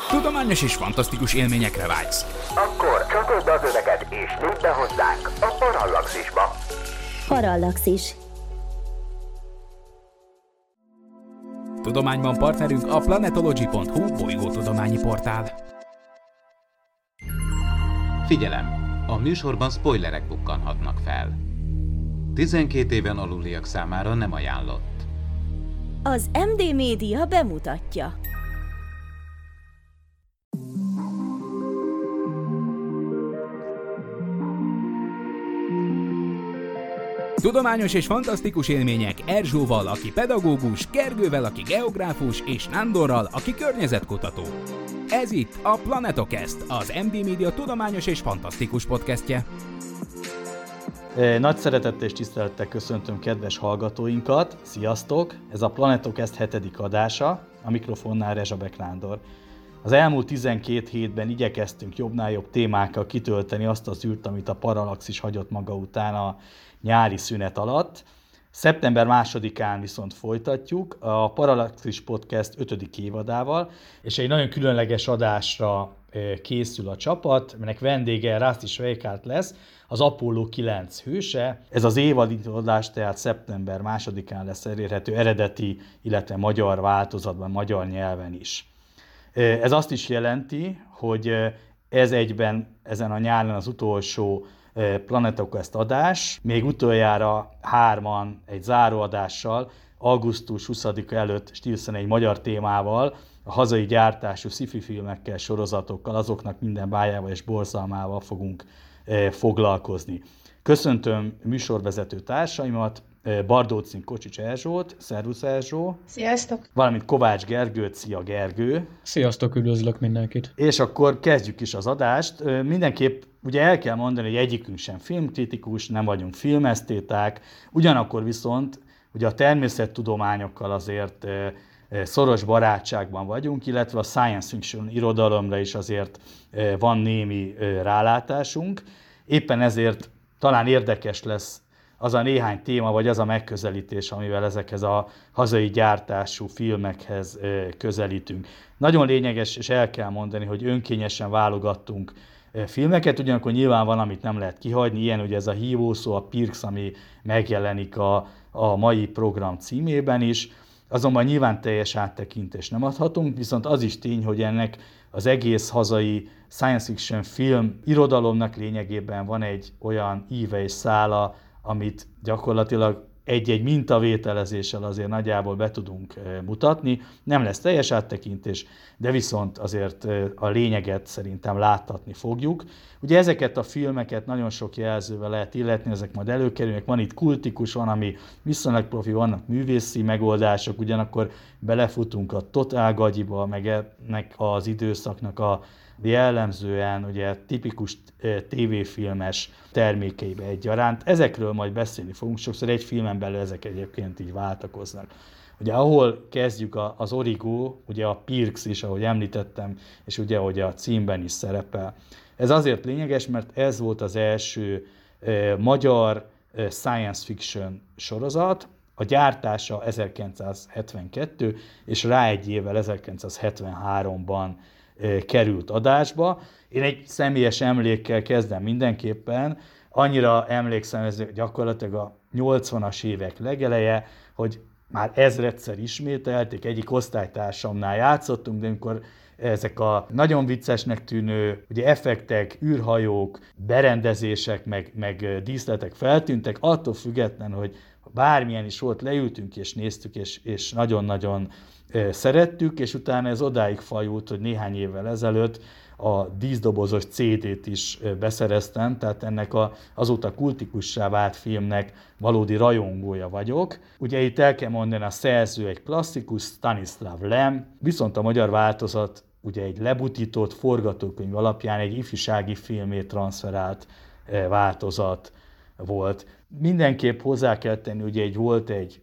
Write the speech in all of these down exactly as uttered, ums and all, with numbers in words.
Tudományos és fantasztikus élményekre vágysz? Akkor csatold az öveket és nyudd be hozzánk a Parallaxisba. Parallaxis. Tudományban partnerünk a planetology pont hu bolygótudományi portál. Figyelem! A műsorban spoilerek bukkanhatnak fel. tizenkét éven aluliak számára nem ajánlott. Az em dé Média bemutatja. Tudományos és fantasztikus élmények Erzsóval, aki pedagógus, Gergővel, aki geográfus, és Nándorral, aki környezetkutató. Ez itt a Planetocast, az em dé Média tudományos és fantasztikus podcastje. Nagy szeretettel és tisztelettel köszöntöm kedves hallgatóinkat, sziasztok! Ez a Planetocast hetedik adása, a mikrofonnál Rezsabek Nándor. Az elmúlt tizenkét hétben igyekeztünk jobbnál jobb témákkal kitölteni azt az űrt, amit a Parallaxis hagyott maga után a nyári szünet alatt. Szeptember másodikán viszont folytatjuk a Parallaxis Podcast ötödik évadával, és egy nagyon különleges adásra készül a csapat, aminek vendége Rusty Schweickart lesz, az Apollo kilenc hőse. Ez az évadindító adás tehát szeptember másodikán lesz elérhető eredeti, illetve magyar változatban, magyar nyelven is. Ez azt is jelenti, hogy ez egyben ezen a nyáron az utolsó Planetocast adás, még utoljára hárman egy záróadással, augusztus huszadika előtt stílszerűen egy magyar témával, a hazai gyártású sci-fi filmekkel, sorozatokkal, azoknak minden bájával és borzalmával fogunk foglalkozni. Köszöntöm műsorvezető társaimat, Bardócin Kocsics Erzsót, szervusz Erzsó! Sziasztok! Valamint Kovács Gergőt, szia Gergő! Sziasztok, üdvözlök mindenkit! És akkor kezdjük is az adást. Mindenképp ugye el kell mondani, hogy egyikünk sem filmkritikus, nem vagyunk filmesztéták, ugyanakkor viszont ugye a természettudományokkal azért szoros barátságban vagyunk, illetve a science fiction irodalomra is azért van némi rálátásunk. Éppen ezért talán érdekes lesz az a néhány téma, vagy az a megközelítés, amivel ezekhez a hazai gyártású filmekhez közelítünk. Nagyon lényeges, és el kell mondani, hogy önkényesen válogattunk filmeket, ugyanakkor nyilván van, amit nem lehet kihagyni, ilyen ugye ez a hívószó, a Pirx, ami megjelenik a, a mai program címében is. Azonban nyilván teljes áttekintést nem adhatunk, viszont az is tény, hogy ennek az egész hazai science fiction film irodalomnak lényegében van egy olyan íve és szála, amit gyakorlatilag egy-egy mintavételezéssel azért nagyjából be tudunk mutatni. Nem lesz teljes áttekintés, de viszont azért a lényeget szerintem láttatni fogjuk. Ugye ezeket a filmeket nagyon sok jelzővel lehet illetni, ezek majd előkerülnek. Van itt kultikus, van, ami viszonylag profi, vannak művészi megoldások, ugyanakkor belefutunk a totál gagyiba, meg ennek az időszaknak a jellemzően ugye tipikus tévéfilmes termékeibe egyaránt. Ezekről majd beszélni fogunk, sokszor egy filmen belül ezek egyébként így váltakoznak. Ugye ahol kezdjük az Origo, ugye a Pirx is, ahogy említettem, és ugye ahogy a címben is szerepel. Ez azért lényeges, mert ez volt az első eh, magyar eh, science fiction sorozat, a gyártása ezerkilencszázhetvenkettő, és rá egy évvel ezerkilencszázhetvenháromban került adásba. Én egy személyes emlékkel kezdem mindenképpen. Annyira emlékszem, ez gyakorlatilag a nyolcvanas évek legeleje, hogy már ezredszer ismételték, egyik osztálytársamnál játszottunk, de amikor ezek a nagyon viccesnek tűnő ugye effektek, űrhajók, berendezések, meg, meg díszletek feltűntek, attól független, hogy bármilyen is volt, leültünk és néztük, és, és nagyon-nagyon szerettük, és utána ez odáig fajult, hogy néhány évvel ezelőtt a díszdobozos cé dét is beszereztem, tehát ennek a, azóta kultikussá vált filmnek valódi rajongója vagyok. Ugye itt el kell mondani, a szerző egy klasszikus, Stanislav Lem, viszont a magyar változat ugye egy lebutított forgatókönyv alapján egy ifjúsági filmét transferált változat volt. Mindenképp hozzá kell tenni, ugye egy, volt egy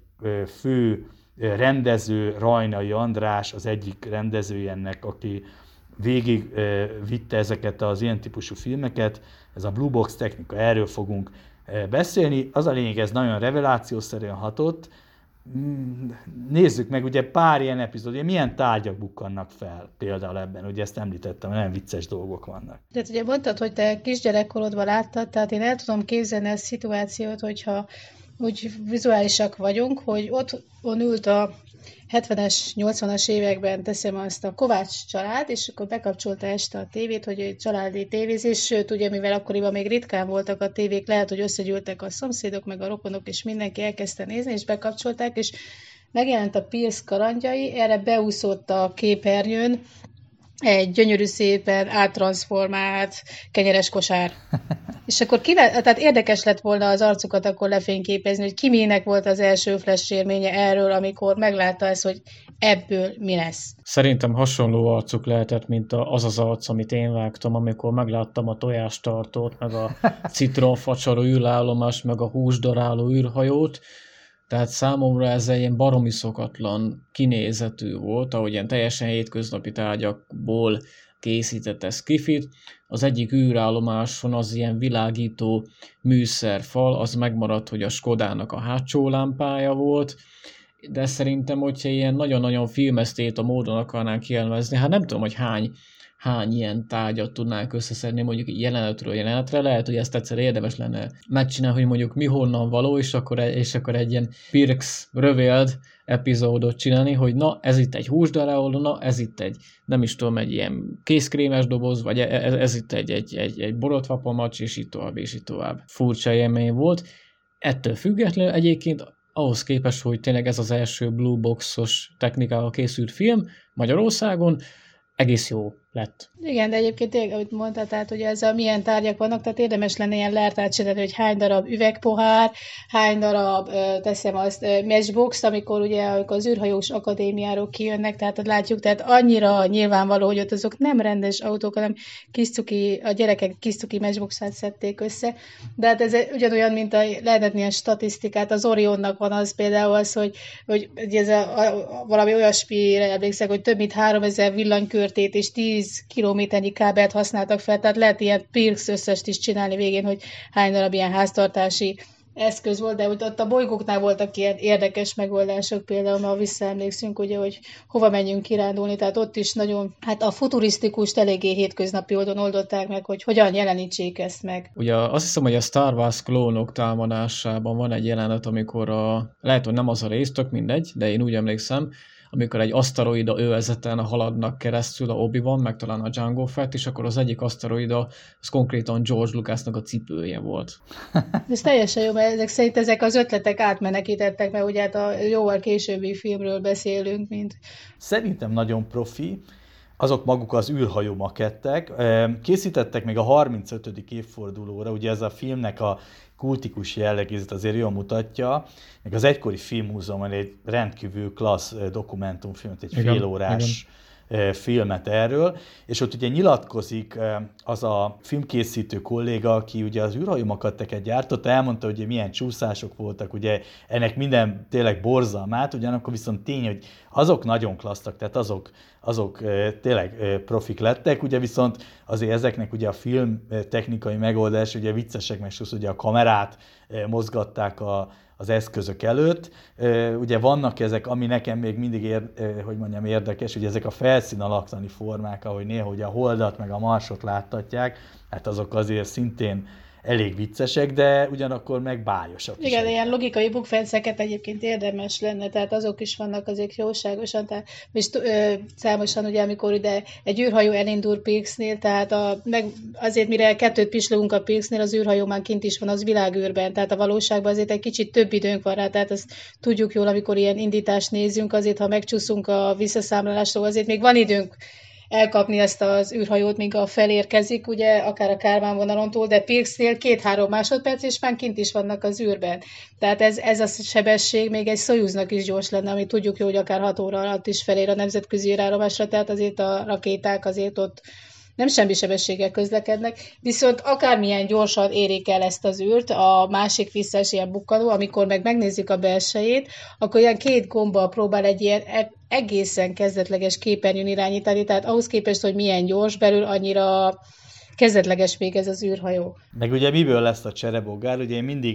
fő rendező, Rajnai András, az egyik rendezője ennek, aki végig vitte ezeket az ilyen típusú filmeket, ez a Blue Box technika, erről fogunk beszélni. Az a lényeg, ez nagyon revelációszerűen hatott, nézzük meg, ugye pár ilyen epizód, ugye milyen tárgyak bukkannak fel például ebben, ugye ezt említettem, nagyon vicces dolgok vannak. Tehát ugye mondtad, hogy te kisgyerekkorodban láttad, tehát én el tudom képzelni ezt a szituációt, hogyha úgy vizuálisak vagyunk, hogy ott on ült a hetvenes, nyolcvanas években, teszem azt, a Kovács család, és akkor bekapcsolta este a tévét, hogy egy családi tévézés, sőt, ugye mivel akkoriban még ritkán voltak a tévék, lehet, hogy összegyűltek a szomszédok, meg a rokonok, és mindenki elkezdte nézni, és bekapcsolták, és megjelent a Pierce kalandjai, erre beúszott a képernyőn egy gyönyörű szépen áttranszformált kenyeres kosár. És akkor kivel, tehát érdekes lett volna az arcukat akkor lefényképezni, hogy ki minek volt az első flash élménye erről, amikor meglátta ezt, hogy ebből mi lesz. Szerintem hasonló arcuk lehetett, mint az az arc, amit én vágtam, amikor megláttam a tojástartót, meg a citronfacsaró űrállomást, meg a húsdaráló űrhajót. Tehát számomra ez egy ilyen baromi szokatlan kinézetű volt, ahogy ilyen teljesen hétköznapi tárgyakból készítette skifit. Az egyik űrállomáson az ilyen világító műszerfal, az megmaradt, hogy a Skodának a hátsó lámpája volt, de szerintem, hogyha ilyen nagyon-nagyon filmesztét a módon akarnánk kielmezni, hát nem tudom, hogy hány, hány ilyen tárgyat tudnánk összeszedni mondjuk jelenetről jelenetre, lehet, hogy ezt egyszer érdemes lenne megcsinálni, hogy mondjuk mi honnan való, és akkor, és akkor egy ilyen Pirx Revealed epizódot csinálni, hogy na, ez itt egy húsdaráló, na, ez itt egy, nem is tudom, egy ilyen kézkrémes doboz, vagy ez, ez itt egy, egy, egy, egy borotvapamacs, és így tovább, és így tovább. Furcsa élmény volt. Ettől függetlenül egyébként ahhoz képest, hogy tényleg ez az első Blue Box-os technikával készült film Magyarországon, egész jó lett. Igen, de egyébként tényleg, ahogy mondtad, tehát ugye ezzel milyen tárgyak vannak, tehát érdemes lenne ilyen leltárt csinálni, hogy hány darab üvegpohár, hány darab, teszem azt, matchbox, amikor ugye amikor az űrhajós akadémiáról kijönnek, tehát látjuk, tehát annyira nyilvánvaló, hogy ott azok nem rendes autók, hanem kisztuki, a gyerekek kisztuki matchboxát szedték össze, de hát ez ugyanolyan, mint a lehetett ilyen statisztikát, az Orionnak van az például az, hogy, hogy ez a, a, valami olyasmire emlékszek, hogy több mint háromezer villanykörtét és tíz kilométernyi kábelt használtak fel, tehát lehet ilyen Pirx összest is csinálni végén, hogy hány darab ilyen háztartási eszköz volt, de ott a bolygóknál voltak ilyen érdekes megoldások, például ma visszaemlékszünk, ugye, hogy hova menjünk kirándulni, tehát ott is nagyon, hát a futurisztikust eléggé hétköznapi oldon oldották meg, hogy hogyan jelenítsék ezt meg. Ugye azt hiszem, hogy a Star Wars klónok támadásában van egy jelenet, amikor a, lehet, hogy nem az a rész, tök mindegy, de én úgy emlékszem, amikor egy aszteroida övezeten haladnak keresztül a Obi-Wan, meg talán a Jango Fett, és akkor az egyik aszteroida, az konkrétan George Lucasnak a cipője volt. Ez teljesen jó, mert ezek szerint ezek az ötletek átmenekítettek, mert ugye hát a jóval későbbi filmről beszélünk, mint... Szerintem nagyon profi, azok maguk az űrhajó makettek. Készítettek még a harmincötödik évfordulóra, ugye ez a filmnek a kultikus jellegét azért jól mutatja, meg az egykori filmmúzeumban egy rendkívül klassz dokumentumfilmet, egy igen, félórás igen. filmet erről, és ott ugye nyilatkozik az a filmkészítő kolléga, aki ugye az űrhajómaketteket gyártotta, elmondta, hogy milyen csúszások voltak, ugye ennek minden tényleg borzalmát, ugyanakkor viszont tény, hogy azok nagyon klasszak, tehát azok, azok tényleg profik lettek, ugye viszont azért ezeknek ugye a film technikai megoldás, ugye viccesek, meg ugye a kamerát mozgatták a, az eszközök előtt. Ugye vannak ezek, ami nekem még mindig ér, hogy mondjam, érdekes, hogy ezek a felszín alaktani formák, ahogy néha ugye a Holdat meg a Marsot láttatják, hát azok azért szintén elég viccesek, de ugyanakkor meg bájosak. Igen, de ilyen logikai bukfenceket egyébként érdemes lenne, tehát azok is vannak azért jóságosan, tehát és ö, számosan ugye, amikor ide egy űrhajó elindul Pirxnél, tehát a, meg azért mire kettőt pislogunk a Pirxnél, az űrhajó már kint is van az világűrben, tehát a valóságban azért egy kicsit több időnk van rá, tehát azt tudjuk jól, amikor ilyen indítást nézünk, azért ha megcsúszunk a visszaszámlálásról, azért még van időnk elkapni ezt az űrhajót, míg a felérkezik, ugye, akár a Kármán vonalontól, de Pirxnél két-három másodperc, és már kint is vannak az űrben. Tehát ez, ez a sebesség még egy Szojuznak is gyors lenne, ami tudjuk jó, hogy akár hat óra alatt is felér a nemzetközi űrállomásra, tehát azért a rakéták azért ott nem semmi sebességgel közlekednek, viszont akármilyen gyorsan érik el ezt az űrt, a másik visszás ilyen bukkanó, amikor meg megnézzük a belsejét, akkor ilyen két gombbal próbál egy ilyen egészen kezdetleges képernyőn irányítani, tehát ahhoz képest, hogy milyen gyors belül, annyira kezdetleges még ez az űrhajó. Meg ugye miből lesz a cserebogár, ugye én mindig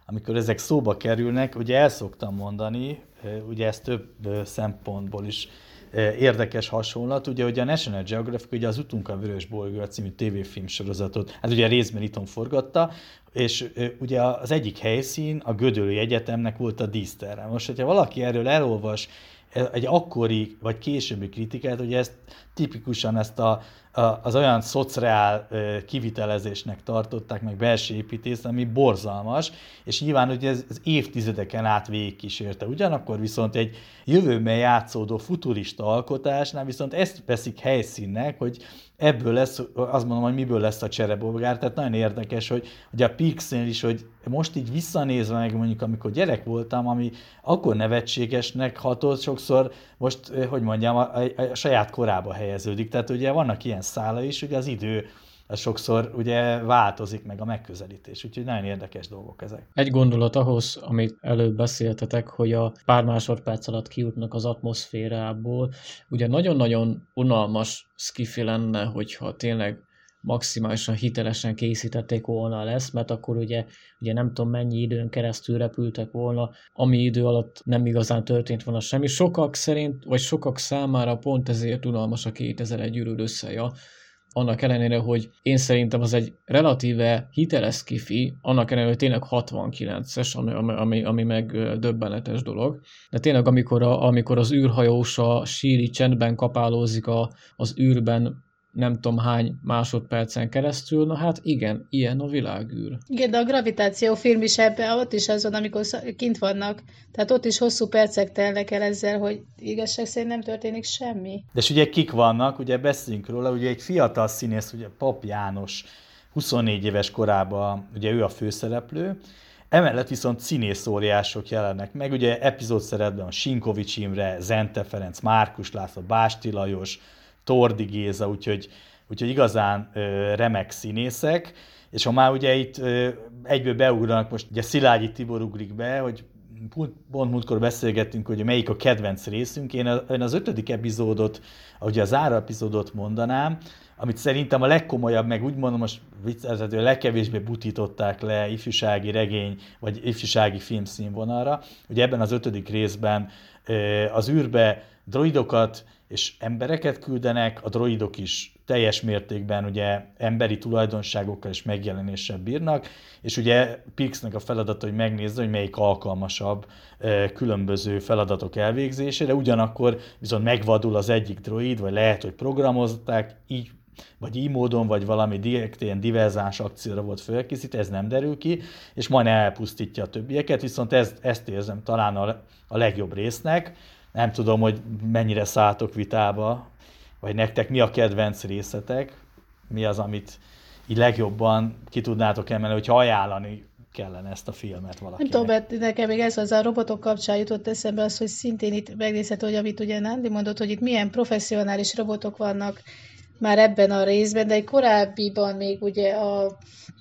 amikor ezek szóba kerülnek, ugye el szoktam mondani, ugye ez több szempontból is érdekes hasonlat, ugye, ugye a National Geographic ugye az Utunk a Vörös Bolygóra című tévéfilm sorozatot, hát ugye részben itthon forgatta, és ugye az egyik helyszín a Gödöllői Egyetemnek volt a díszterre. Most, hogyha valaki erről elolvas egy akkori vagy későbbi kritikát, ugye ezt tipikusan ezt a, a, az olyan szociál kivitelezésnek tartották, meg belső építész, ami borzalmas, és nyilván ugye ez, ez évtizedeken át végigkísérte. Ugyanakkor viszont egy jövőben játszódó futurista alkotásnál viszont ezt veszik helyszínnek, hogy ebből lesz, azt mondom, hogy miből lesz a cserebolgár, tehát nagyon érdekes, hogy, hogy a Pixnél is, hogy most így visszanézve meg mondjuk, amikor gyerek voltam, ami akkor nevetségesnek hatott, sokszor most, hogy mondjam, a, a, a saját korába helyeződik. Tehát ugye vannak ilyen szála is, ugye az idő az sokszor ugye változik meg a megközelítés, úgyhogy nagyon érdekes dolgok ezek. Egy gondolat ahhoz, amit előbb beszéltetek, hogy a pár másodperc alatt kijutnak az atmoszférából, ugye nagyon-nagyon unalmas skifi lenne, hogyha tényleg maximálisan hitelesen készítették volna lesz, mert akkor ugye, ugye nem tudom mennyi időn keresztül repültek volna, ami idő alatt nem igazán történt volna semmi. Sokak szerint, vagy sokak számára pont ezért unalmas a kétezer-egy űrűr összeja, annak ellenére, hogy én szerintem az egy relatíve hiteles skifi, annak ellenére, hogy tényleg hatvankilences, ami, ami, ami meg döbbenetes dolog. De tényleg, amikor, a, amikor az űrhajós a síri csendben kapálózik a, az űrben nem tudom hány másodpercen keresztül, na hát igen, ilyen a világűr. Igen, de a gravitáció film is ebben, ott is az van, amikor kint vannak. Tehát ott is hosszú percek telnek el ezzel, hogy igazság szerint nem történik semmi. De és ugye kik vannak, ugye beszéljünk róla, ugye egy fiatal színész, ugye Pap János, huszonnégy éves korában, ugye ő a főszereplő, emellett viszont színészóriások jelennek meg, ugye epizódszerepben a Sinkovics Imre, Zente Ferenc, Márkus László, Básti Lajos, Tordi Géza, úgyhogy, úgyhogy igazán ö, remek színészek, és ha már ugye itt ö, egyből beugranak, most ugye Szilágyi Tibor ugrik be, hogy pont múltkor beszélgettünk, hogy melyik a kedvenc részünk, én, a, én az ötödik epizódot, ugye a záró epizódot mondanám, amit szerintem a legkomolyabb, meg úgy mondom, most viccelhető, a legkevésbé butították le ifjúsági regény, vagy ifjúsági film színvonalra. Ugye ebben az ötödik részben ö, az űrbe droidokat és embereket küldenek, a droidok is teljes mértékben ugye emberi tulajdonságokkal és megjelenéssel bírnak, és ugye Pixnek a feladata, hogy megnézze, hogy melyik alkalmasabb különböző feladatok elvégzésére, ugyanakkor viszont megvadul az egyik droid, vagy lehet, hogy programozták, így vagy így módon, vagy valami direkt ilyen diverzáns akcióra volt felkészítve, ez nem derül ki, és majdnem elpusztítja a többieket, viszont ezt, ezt érzem talán a, a legjobb résznek. Nem tudom, hogy mennyire szálltok vitába, vagy nektek mi a kedvenc részetek, mi az, amit így legjobban ki tudnátok emelni, hogyha ajánlani kellene ezt a filmet valakinek. Nem tudom, mert nekem még ez az a robotok kapcsán jutott eszembe az, hogy szintén itt megnézhető, hogy amit ugye Nándi mondott, hogy itt milyen professzionális robotok vannak már ebben a részben, de egy korábbiban még ugye a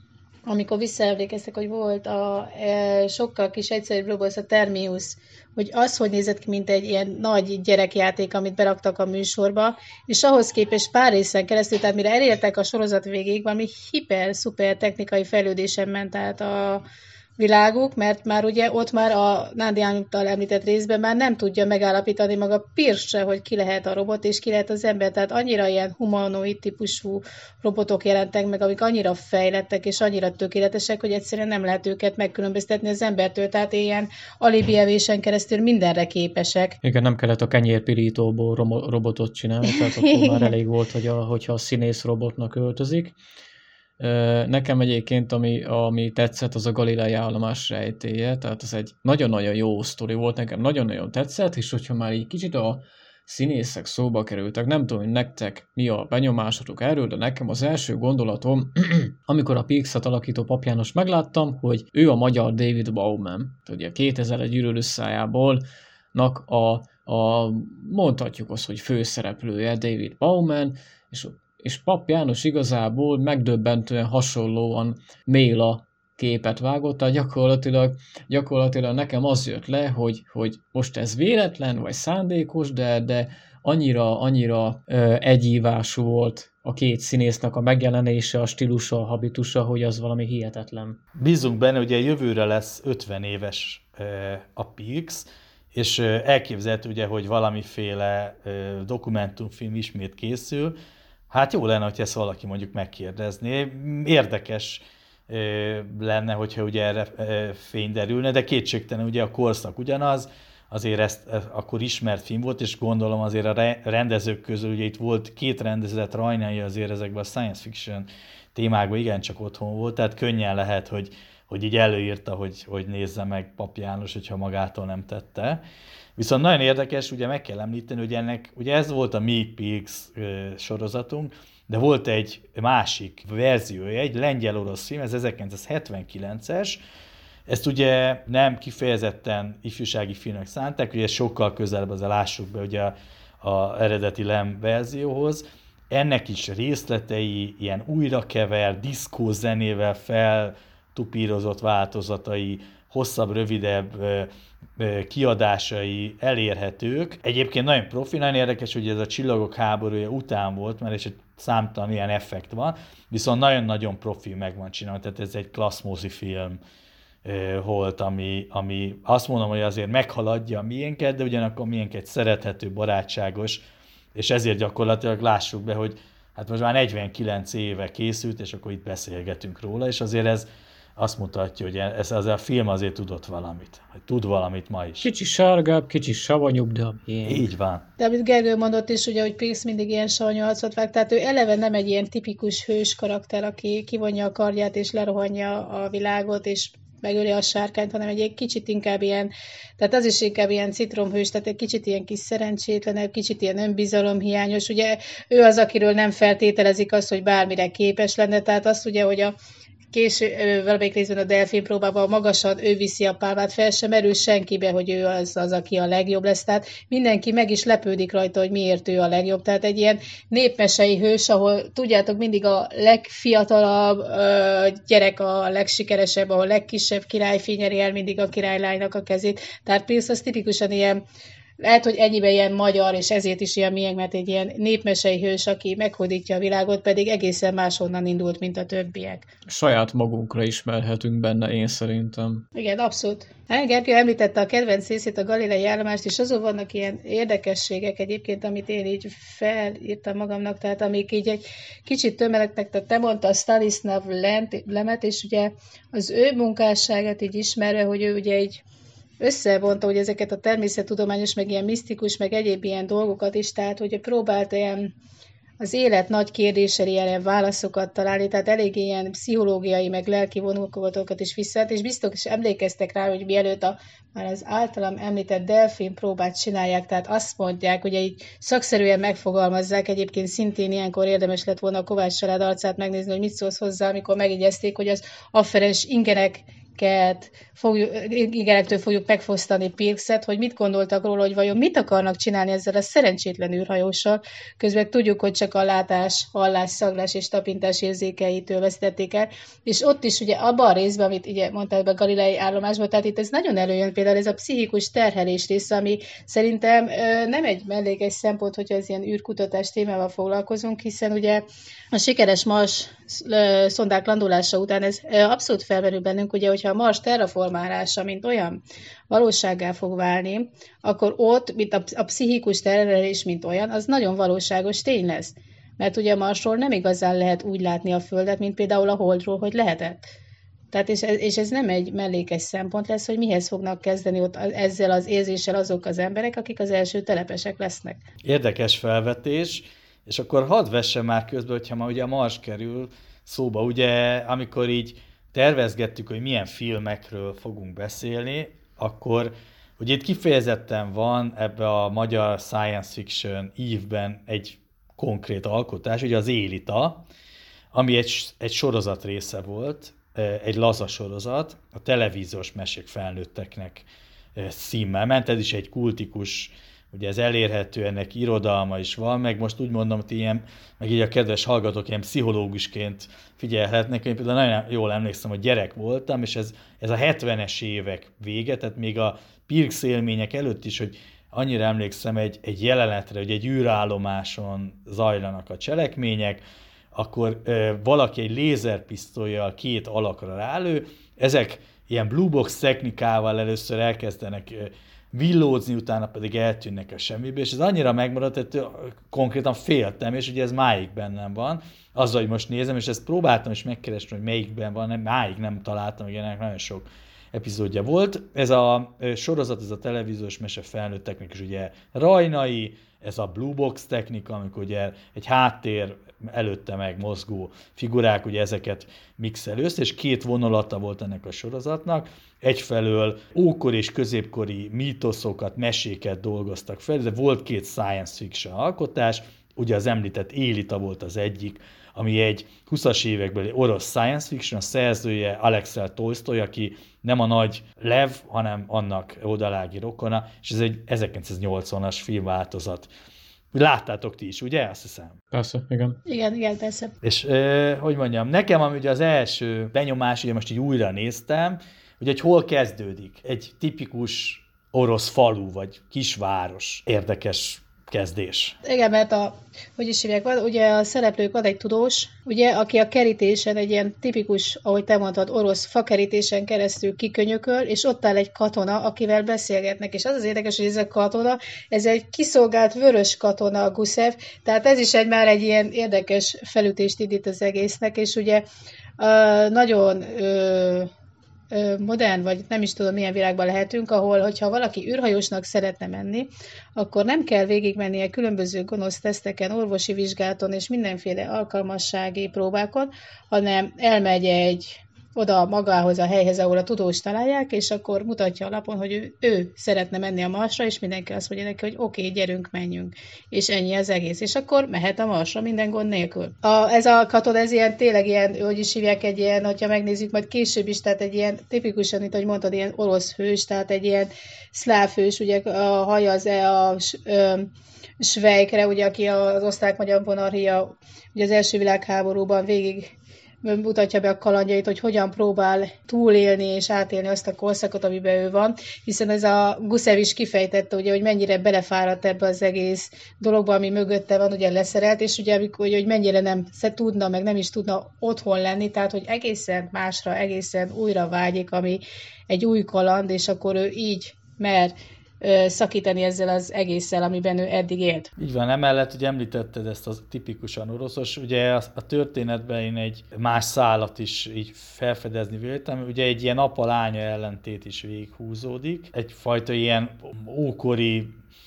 amikor visszaemlékeztek, hogy volt a e, sokkal kis egyszerűbb robot, a Terminus, hogy az, hogy nézett ki, mint egy ilyen nagy gyerekjáték, amit beraktak a műsorba, és ahhoz képest pár részen keresztül, tehát mire elértek a sorozat végéig, valami hiper-szuper technikai fejlődésen ment át a világuk, mert már ugye ott már a Nándi által említett részben már nem tudja megállapítani maga Pierce se, hogy ki lehet a robot és ki lehet az ember. Tehát annyira ilyen humanoid típusú robotok jelentek meg, amik annyira fejlettek és annyira tökéletesek, hogy egyszerűen nem lehet őket megkülönböztetni az embertől. Tehát ilyen alibi-evésen keresztül mindenre képesek. Igen, nem kellett a kenyérpirítóból robotot csinálni, tehát akkor már elég volt, hogy a, hogyha a színész robotnak öltözik. Nekem egyébként, ami, ami tetszett, az a Galilei állomás rejtélye, tehát ez egy nagyon-nagyon jó sztori volt, nekem nagyon-nagyon tetszett, és hogyha már így kicsit a színészek szóba kerültek, nem tudom, hogy nektek mi a benyomásotok erről, de nekem az első gondolatom, amikor a Pixet alakító Pap Jánost megláttam, hogy ő a magyar David Bowman, ugye kétezer-egy űrűr összájából a, a, mondhatjuk azt, hogy főszereplője David Bowman, és és Pap János igazából megdöbbentően hasonlóan Méla képet vágott, tehát gyakorlatilag, gyakorlatilag nekem az jött le, hogy, hogy most ez véletlen, vagy szándékos, de, de annyira, annyira ö, egyívású volt a két színésznek a megjelenése, a stílusa, a habitusa, hogy az valami hihetetlen. Bízunk benne, hogy jövőre lesz ötven éves a Pirx, és elképzelhető ugye, hogy valamiféle dokumentumfilm ismét készül. Hát jó lenne, hogy ezt valaki mondjuk megkérdezné. Érdekes lenne, hogyha ugye erre fény derülne, de kétségtelen ugye a korszak ugyanaz, azért ezt, ezt akkor ismert film volt, és gondolom azért a rendezők közül, ugye itt volt két rendezett Rajnai azért ezekben a science fiction témákban igencsak otthon volt, tehát könnyen lehet, hogy, hogy így előírta, hogy, hogy nézze meg Pap János, hogyha magától nem tette. Viszont nagyon érdekes, ugye meg kell említeni, hogy ennek, ugye ez volt a Mi Pirx sorozatunk, de volt egy másik verziója, egy lengyel-orosz film, ez ezerkilencszázhetvenkilences, ezt ugye nem kifejezetten ifjúsági filmnek szánták, ugye ez sokkal közelebb, az a lássuk be ugye az eredeti Lem verzióhoz. Ennek is részletei, ilyen újrakever, diszkó zenével feltupírozott változatai, hosszabb, rövidebb kiadásai elérhetők. Egyébként nagyon profi, nagyon érdekes, hogy ez a Csillagok háborúja után volt, mert és egy számtalan ilyen effekt van, viszont nagyon-nagyon profi meg van csinálva, tehát ez egy klassz mozifilm volt, ami, ami azt mondom, hogy azért meghaladja a miénket, de ugyanakkor miénket szerethető, barátságos, és ezért gyakorlatilag lássuk be, hogy hát most már negyvenkilenc éve készült, és akkor itt beszélgetünk róla, és azért ez azt mutatja, hogy ez, ez a film azért tudott valamit, hogy tud valamit ma is. Kicsi sárgább, kicsi savanyúbb, de ilyen. Így van. De amit Gergő mondott is, ugye, hogy Pirx mindig ilyen savanyú arcot vág, tehát ő eleve nem egy ilyen tipikus hős karakter, aki kivonja a kardját és lerohanja a világot, és megöli a sárkányt, hanem egy kicsit inkább ilyen, tehát az is inkább ilyen citromhős, tehát egy kicsit ilyen kis szerencsétlenebb, kicsit ilyen önbizalomhiányos. Ugye ő az, akiről nem feltételezik azt, hogy bármire képes lenne, tehát azt ugye, hogy a késő, valamelyik részben a delfin próbában magasan ő viszi a pálmát, fel sem merül senkibe, hogy ő az, az, aki a legjobb lesz. Tehát mindenki meg is lepődik rajta, hogy miért ő a legjobb. Tehát egy ilyen népmesei hős, ahol tudjátok, mindig a legfiatalabb ö, gyerek a legsikeresebb, ahol legkisebb királyfi nyeri el mindig a királylánynak a kezét. Tehát Pirx az tipikusan ilyen, lehet, hogy ennyiben ilyen magyar, és ezért is ilyen miénk, mert egy ilyen népmesei hős, aki meghódítja a világot, pedig egészen máshonnan indult, mint a többiek. Saját magunkra ismerhetünk benne, én szerintem. Igen, abszolút. Hát Gergő említette a kedvenc részét, a galilei állomást, és azon vannak ilyen érdekességek egyébként, amit én így felírtam magamnak, tehát amik így egy kicsit tömmeleknek, tehát te mondta a Stanislav Lemet, és ugye az ő munkásságát így ismerve, hogy ő ugye egy összevonta, hogy ezeket a természettudományos, meg ilyen misztikus, meg egyéb ilyen dolgokat is, tehát hogy próbált ilyen az élet nagy kérdései ilyen válaszokat találni, tehát elég ilyen pszichológiai, meg lelki vonulkodatokat is visszaállt, és biztos is emlékeztek rá, hogy mielőtt a, már az általam említett delfin próbát csinálják, tehát azt mondják, hogy így szakszerűen megfogalmazzák, egyébként szintén ilyenkor érdemes lett volna a Kovács család arcát megnézni, hogy mit szólsz hozzá, amikor megigyezték, hogy az afferens ingerek fogjuk, igenektől fogjuk megfosztani Pirxet, hogy mit gondoltak róla, hogy vajon mit akarnak csinálni ezzel a szerencsétlen űrhajóssal. Közben tudjuk, hogy csak a látás, hallás, szaglás és tapintás érzékeitől vesztették el. És ott is ugye abban a részben, amit ugye mondtál be a galilei állomásban, tehát itt ez nagyon előjön például ez a pszichikus terhelés része, ami szerintem nem egy mellékes szempont, hogyha az ilyen űrkutatás témával foglalkozunk, hiszen ugye a sikeres Mars szondák landolása után ez abszolút felmerül bennünk, ugye, hogyha a Mars terraformálása, mint olyan valósággá fog válni, akkor ott, mint a, a pszichikus terhelés, mint olyan, az nagyon valóságos tény lesz. Mert ugye a Marsról nem igazán lehet úgy látni a Földet, mint például a Holdról, hogy lehetett. Tehát és ez, és ez nem egy mellékes szempont lesz, hogy mihez fognak kezdeni ott ezzel az érzéssel azok az emberek, akik az első telepesek lesznek. Érdekes felvetés, és akkor hadd vessem már közben, hogyha ma ugye a Mars kerül szóba, ugye amikor így tervezgettük, hogy milyen filmekről fogunk beszélni, akkor ugye itt kifejezetten van ebbe a magyar science fiction ívben egy konkrét alkotás, ugye az Élita, ami egy, egy sorozat része volt, egy laza sorozat, a televíziós mesék felnőtteknek címmel ment, ez is egy kultikus, ugye ez elérhető, ennek irodalma is van, meg most úgy mondom, hogy ilyen, meg így a kedves hallgatók ilyen pszichológusként figyelhetnek, én például nagyon jól emlékszem, hogy gyerek voltam, és ez, ez a hetvenes évek vége, tehát még a Pirx élmények előtt is, hogy annyira emlékszem egy, egy jelenetre, hogy egy űrállomáson zajlanak a cselekmények, akkor ö, valaki egy lézerpisztollyal két alakra rálő, ezek ilyen blue box technikával először elkezdenek ö, villódzni, utána pedig eltűnnek a semmibe, és ez annyira megmaradt, hogy konkrétan féltem, és ugye ez máig bennem van, azzal, hogy most nézem, és ezt próbáltam is megkeresni, hogy melyikben van, nem, máig nem találtam, hogy ennek nagyon sok epizódja volt. Ez a sorozat, ez a televíziós mese felnőtteknek is ugye rajnai, ez a blue box technika, amikor ugye egy háttér előtte meg mozgó figurák, ugye ezeket mixel össze, és két vonulata volt ennek a sorozatnak. Egyfelől ókor és középkori mítoszokat, meséket dolgoztak fel, de volt két science fiction alkotás, ugye az említett Élita volt az egyik, ami egy huszas évekbeli orosz science fiction, a szerzője Alexei Tolsztoj, aki nem a nagy Lev, hanem annak oldalági rokona, és ez egy ezerkilencszáznyolcvanas filmváltozat. Láttátok ti is, ugye? Azt hiszem. Persze, igen. Igen, igen, persze. És eh, hogy mondjam, nekem ami ugye az első benyomás, ugye most így újra néztem, ugye hogy hol kezdődik egy tipikus orosz falu, vagy kisváros. Érdekes kezdés. Igen, mert a, hogy is hívják, van, ugye a szereplők van egy tudós, ugye, aki a kerítésen egy ilyen tipikus, ahogy te mondtad, orosz fakerítésen keresztül kikönyököl, és ott áll egy katona, akivel beszélgetnek, és az az érdekes, hogy ez a katona, ez egy kiszolgált vörös katona, a Gusev, tehát ez is egy már egy ilyen érdekes felütést indít az egésznek, és ugye uh, nagyon uh, modern, vagy nem is tudom milyen világban lehetünk, ahol, hogyha valaki űrhajósnak szeretne menni, akkor nem kell végigmennie különböző gonosz teszteken, orvosi vizsgálaton és mindenféle alkalmassági próbákon, hanem elmegy egy oda magához a helyhez, ahol a tudós találják, és akkor mutatja a lapon, hogy ő, ő szeretne menni a Marsra, és mindenki azt mondja neki, hogy oké, okay, gyerünk, menjünk. És ennyi az egész. És akkor mehet a Marsra minden gond nélkül. A, ez a katona, ez ilyen, tényleg ilyen, hogy is hívják, egy ilyen, hogyha megnézzük majd később is, tehát egy ilyen, tipikusan itt, ahogy mondtad, ilyen orosz hős, tehát egy ilyen szláv hős, ugye a haja az e a, a Svejkre, ugye, aki az osztrák-magyar monarchia, ugye az első világháborúban végig mutatja be a kalandjait, hogy hogyan próbál túlélni és átélni azt a korszakot, amiben ő van, hiszen ez a Gusev is kifejtette, ugye, hogy mennyire belefáradt ebbe az egész dologba, ami mögötte van, ugye leszerelt, és ugye, hogy, hogy mennyire nem tudna, meg nem is tudna otthon lenni, tehát, hogy egészen másra, egészen újra vágyik, ami egy új kaland, és akkor ő így mer szakítani ezzel az egésszel, amiben ő eddig élt. Így van, emellett ugye említetted ezt a tipikusan oroszos, ugye a, a történetben én egy más szálat is így felfedezni véltem, ugye egy ilyen apa-lánya ellentét is végighúzódik, egyfajta ilyen ókori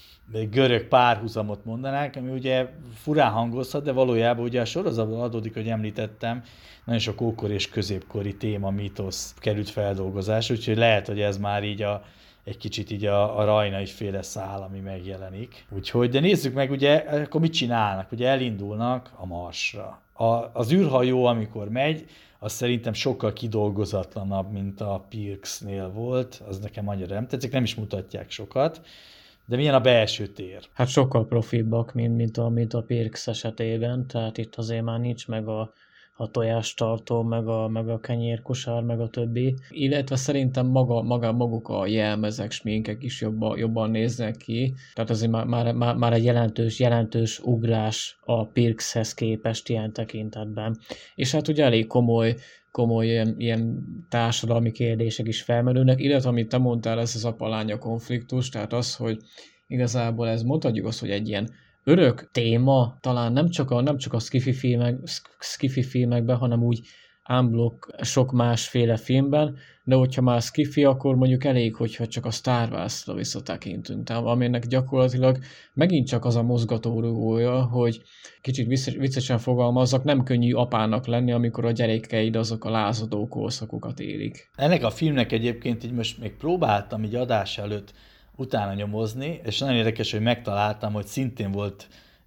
görög párhuzamot mondanák, ami ugye furán hangozhat, de valójában ugye a sorozatból adódik, hogy említettem, nagyon sok ókori és középkori téma, mítosz került feldolgozás, úgyhogy lehet, hogy ez már így a egy kicsit így a, a rajnai féle szál, ami megjelenik. Úgyhogy, de nézzük meg, ugye, akkor mit csinálnak? Ugye elindulnak a Marsra. A, az űrhajó, amikor megy, az szerintem sokkal kidolgozatlanabb, mint a Pirksnél volt. Az nekem annyira nem tetszik, nem is mutatják sokat. De milyen a belső tér? Hát sokkal profibbak, mint, mint, a, mint a Pirks esetében, tehát itt azért már nincs meg a a tojástartó, meg a, meg a kenyérkosár, meg a többi. Illetve szerintem maga, maga maguk a jelmezek, sminkek is jobban, jobban néznek ki. Tehát azért már, már, már, már egy jelentős, jelentős ugrás a Pirkshez képest ilyen tekintetben. És hát ugye elég komoly, komoly ilyen, ilyen társadalmi kérdések is felmerülnek, illetve amit te mondtál, ez az apa-lánya konfliktus, tehát az, hogy igazából ez mondhatjuk azt, hogy egy ilyen örök téma, talán nem csak a, nem csak a sci-fi, filmek, sci-fi filmekben, hanem úgy unblock sok másféle filmben, de hogyha már sci-fi, akkor mondjuk elég, hogyha csak a Star Wars-ra visszatekintünk, aminek gyakorlatilag megint csak az a mozgatórugója, hogy kicsit viccesen fogalmazzak, nem könnyű apának lenni, amikor a gyerekeid azok a lázadó korszakokat élik. Ennek a filmnek egyébként így most még próbáltam így adás előtt utána nyomozni, és nagyon érdekes, hogy megtaláltam, hogy szintén volt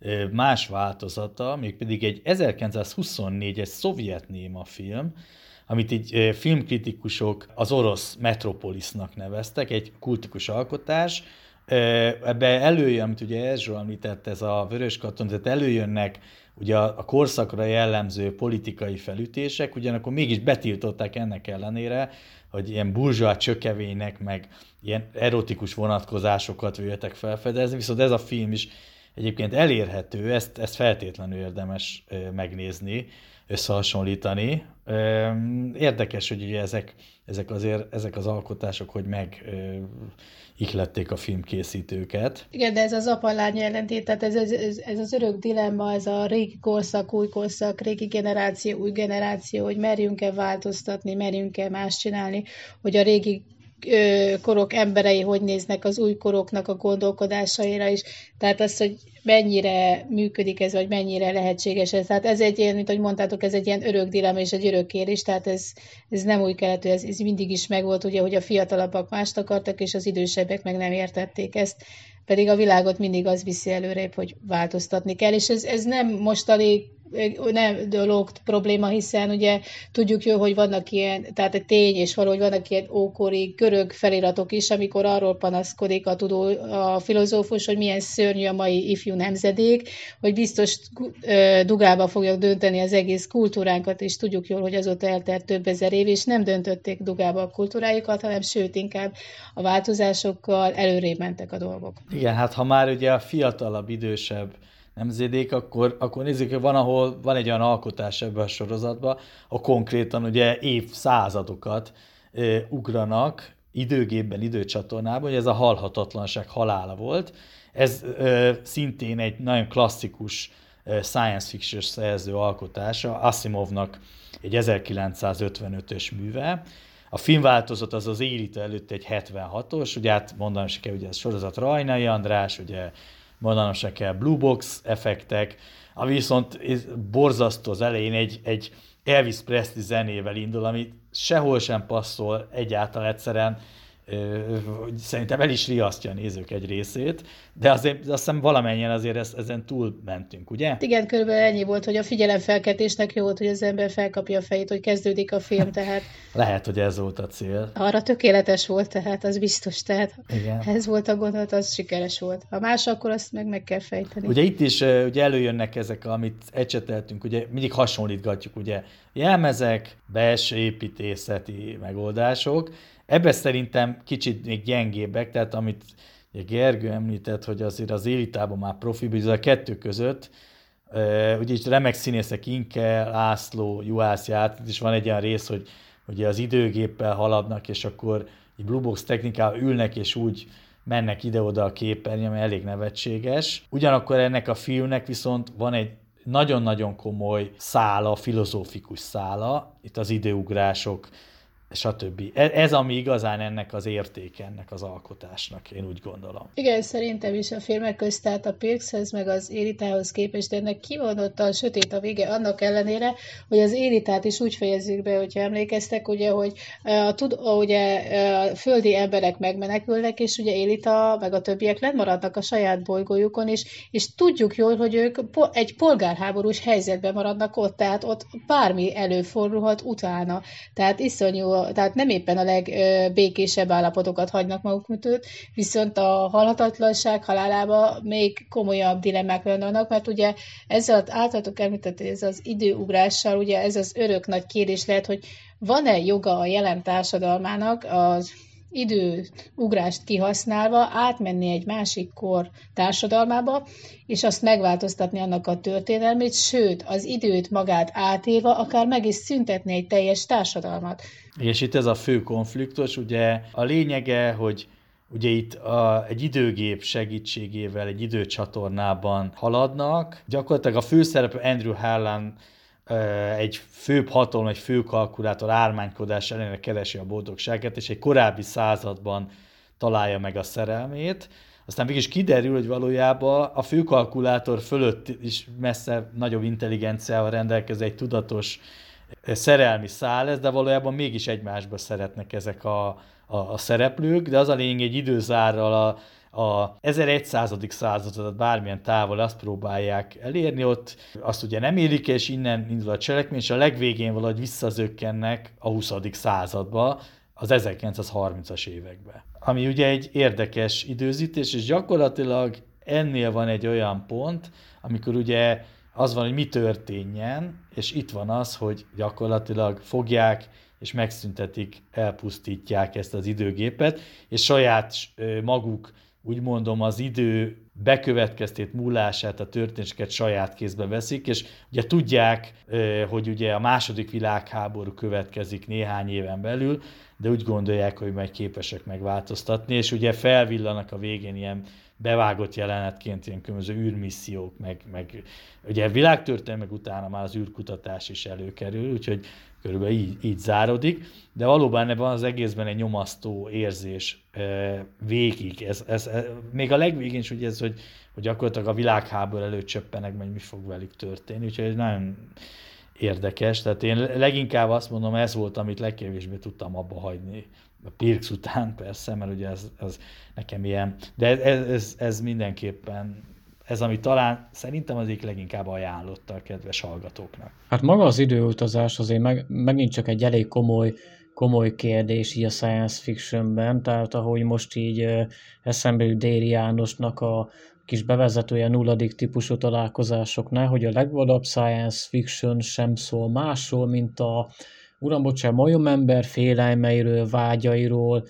más változata, mégpedig egy ezerkilencszázhuszonnégyes szovjet néma film, amit így filmkritikusok az orosz Metropolisnak neveztek, egy kultikus alkotás, Ebbe előjön, amit ugye Erzsó említett, ez a vörös katon, tehát előjönnek ugye a korszakra jellemző politikai felütések, ugyanakkor mégis betiltották ennek ellenére, hogy ilyen burzsóá csökevénynek, meg ilyen erotikus vonatkozásokat véltek felfedezni, viszont ez a film is egyébként elérhető, ezt, ezt feltétlenül érdemes megnézni, összehasonlítani. Érdekes, hogy ugye ezek, ezek, azért, ezek az alkotások, hogy megihlették a filmkészítőket. Igen, de ez az apa-lány ellentét, tehát ez, ez, ez az örök dilemma, ez a régi korszak, új korszak, régi generáció, új generáció, hogy merjünk-e változtatni, merjünk-e más csinálni, hogy a régi korok emberei hogy néznek az új koroknak a gondolkodásaira is. Tehát az, hogy mennyire működik ez, vagy mennyire lehetséges ez. Tehát ez egy ilyen, mint ahogy mondtátok, ez egy ilyen örök dilemma és egy örök kérés, tehát ez, ez nem új keletű, ez, ez mindig is megvolt, ugye, hogy a fiatalabbak mást akartak, és az idősebbek meg nem értették ezt. Pedig a világot mindig az viszi előrébb, hogy változtatni kell, és ez, ez nem mostani nem dolog probléma, hiszen ugye tudjuk jó, hogy vannak ilyen, tehát egy tény, és valahogy vannak ilyen ókori görög feliratok is, amikor arról panaszkodik a tudó, a filozófus, hogy milyen szörnyű a mai ifjú nemzedék, hogy biztos dugába fogják dönteni az egész kultúránkat, és tudjuk jól, hogy azóta eltelt több ezer év, és nem döntötték dugába a kultúrájukat, hanem sőt, inkább a változásokkal előrébb mentek a dolgok. Igen, hát ha már ugye a fiatalabb, idősebb nemzedék, akkor, akkor nézzük, hogy van, ahol van egy olyan alkotás ebben a sorozatban, ahol konkrétan ugye évszázadokat e, ugranak időgépben, időcsatornában, hogy ez a halhatatlanság halála volt. Ez e, szintén egy nagyon klasszikus e, science fiction szerző alkotása, Asimovnak egy ezerkilencszázötvenötös műve. A filmváltozat az az Élite előtt egy hetvenhatos, ugye hát mondanom se kell, ugye ez sorozat Rajnai András, ugye mondanom se kell Blue Box effektek, ami viszont borzasztó az elején egy, egy Elvis Presley zenével indul, ami sehol sem passzol egyáltalán egyszerűen, szerintem el is riasztja a nézők egy részét, de azért azt hiszem valamennyien azért ezt, ezen túl mentünk, ugye? Igen, körülbelül ennyi volt, hogy a figyelemfelkeltésnek jó volt, hogy az ember felkapja a fejét, hogy kezdődik a film, tehát... Lehet, hogy ez volt a cél. Arra tökéletes volt, tehát az biztos, tehát igen. Ez volt a gondolat, az sikeres volt. Ha más, akkor azt meg meg kell fejteni. Ugye itt is ugye előjönnek ezek, amit ecseteltünk, ugye mindig hasonlítgatjuk, ugye jelmezek, belső építészeti megoldások. Ebben szerintem kicsit még gyengébbek, tehát amit Gergő említett, hogy azért az Élitában már profi, hogy a kettő között, ugye itt remek színészek, Inke, László, Juhász játszik, és van egy olyan rész, hogy ugye az időgéppel haladnak, és akkor egy Blue Box technikával ülnek, és úgy mennek ide-oda a képernyőn, ami elég nevetséges. Ugyanakkor ennek a filmnek viszont van egy nagyon-nagyon komoly szála, filozófikus szála, itt az időugrások, stb. Ez, ami igazán ennek az értéke, ennek az alkotásnak, én úgy gondolom. Igen, szerintem is a filmek közt, tehát a Pirxhez meg az Élitához képest, de ennek kimondottan sötét a vége, annak ellenére, hogy az Élitát is úgy fejezzük be, hogyha emlékeztek, ugye, hogy a, tud, ugye, a földi emberek megmenekülnek, és ugye Élita meg a többiek lennmaradnak a saját bolygójukon, és, és tudjuk jól, hogy ők egy polgárháborús helyzetben maradnak ott, tehát ott bármi előfordulhat utána. Tehát iszonyú, tehát nem éppen a legbékésebb állapotokat hagynak maguk mögött, viszont a halhatatlanság halálába még komolyabb dilemmák vannak, mert ugye ezzel általatok említett, ez az időugrással, ugye ez az örök nagy kérdés lehet, hogy van-e joga a jelen társadalmának az időugrást kihasználva átmenni egy másik kor társadalmába, és azt megváltoztatni annak a történelmét, sőt, az időt magát átélve akár meg is szüntetni egy teljes társadalmat. És itt ez a fő konfliktus, ugye a lényege, hogy ugye itt a, egy időgép segítségével egy időcsatornában haladnak. Gyakorlatilag a főszereplő Andrew Harlan egy főbb hatalom, egy főkalkulátor ármánykodás ellenére keresi a boldogságát, és egy korábbi században találja meg a szerelmét. Aztán mégis kiderül, hogy valójában a főkalkulátor fölött is messze nagyobb intelligenciával rendelkező egy tudatos szerelmi szál ez, de valójában mégis egymásba szeretnek ezek a, a, a szereplők, de az a lényeg, egy időzárral a a ezerszázadik századat bármilyen távol azt próbálják elérni, ott azt ugye nem érik, és innen indul a cselekmény, és a legvégén valahogy visszazökkennek a huszadik századba, az ezerkilencszázharmincas években. Ami ugye egy érdekes időzítés, és gyakorlatilag ennél van egy olyan pont, amikor ugye az van, hogy mi történjen, és itt van az, hogy gyakorlatilag fogják és megszüntetik, elpusztítják ezt az időgépet, és saját maguk, úgy mondom, az idő bekövetkeztét, múlását, a történéseket saját kézbe veszik, és ugye tudják, hogy ugye a második világháború következik néhány éven belül, de úgy gondolják, hogy majd képesek megváltoztatni, és ugye felvillanak a végén ilyen bevágott jelenetként ilyen különböző űrmissziók, meg, meg ugye világtörténelem, meg utána már az űrkutatás is előkerül, úgyhogy körülbelül így, így zárodik, de valóban ebben az egészben egy nyomasztó érzés e, végig. Ez, ez, ez, még a legvégén is ugye ez, hogy, hogy gyakorlatilag a világháború előtt csöppenek, meg mi fog velük történni, úgyhogy ez nagyon érdekes. Tehát én leginkább azt mondom, ez volt, amit legkevésbé tudtam abba hagyni. A Pirx után persze, mert ugye ez, ez nekem ilyen, de ez, ez, ez mindenképpen, ez ami talán szerintem az egyik leginkább ajánlotta a kedves hallgatóknak. Hát maga az időutazás azért meg, megint csak egy elég komoly, komoly kérdés így a science fictionben, tehát ahogy most így uh, eszembe jut Déri Jánosnak a kis bevezetője nulladik típusú találkozásoknál, hogy a legvadabb science fiction sem szól másról, mint a uram, bocsánat, majomember félelmeiről, vágyairól,